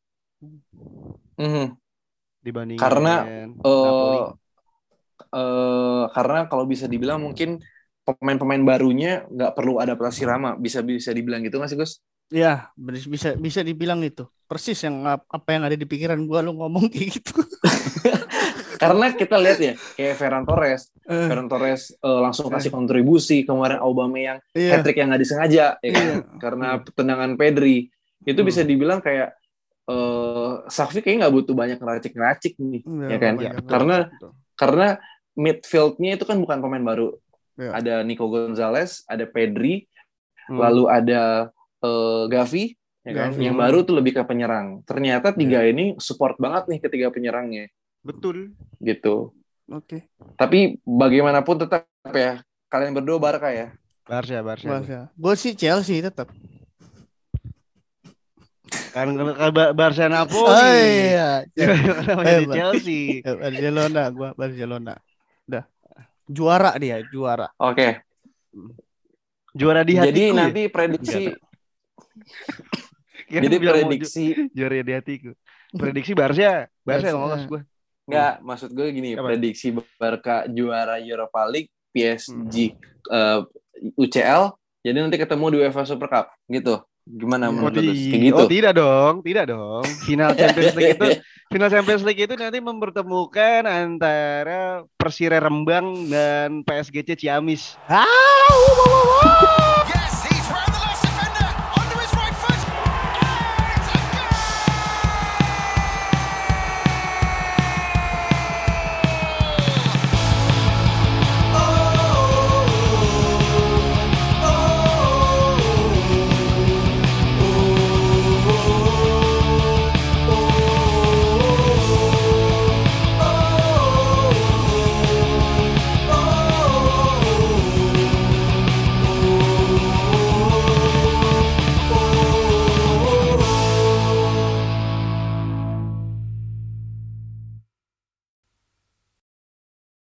dibanding karena Napoli. Karena kalau bisa dibilang mungkin pemain-pemain barunya nggak perlu adaptasi lama, bisa dibilang gitu nggak sih, Gus? Iya, bisa dibilang itu persis yang apa yang ada di pikiran gue lu ngomong kayak gitu. Karena kita lihat ya kayak Ferran Torres langsung kasih kontribusi, kemarin Aubameyang hat-trick yang nggak disengaja ya kan? Karena tendangan Pedri itu bisa dibilang kayak Xavi kayaknya nggak butuh banyak ngeracik nih ya kan? Karena midfieldnya itu kan bukan pemain baru, ada Nico Gonzalez, ada Pedri, lalu ada Gavi, ya kan? Yang baru tuh lebih ke penyerang. Ternyata 3 ini support banget nih ketiga penyerangnya. Betul. Gitu. Oke. Tapi bagaimanapun tetap ya, kalian berdua Barca ya? Barca. Gue sih Chelsea tetap. Kan Barca Napoli. Oh iya. Chelsea. Barcelona. Udah. Juara dia. Oke. Juara di hatiku. Jadi nanti prediksi. Jadi prediksi juara di hatiku. Prediksi Barca lolos gue. Enggak, maksud gue gini, prediksi Barca juara Europa League PSG UCL, jadi nanti ketemu di UEFA Super Cup gitu. Gimana menurut lu? Kayak gitu? Tidak dong. Final Champions League itu nanti mempertemukan antara Persire Rembang dan PSGC Ciamis. Yeah!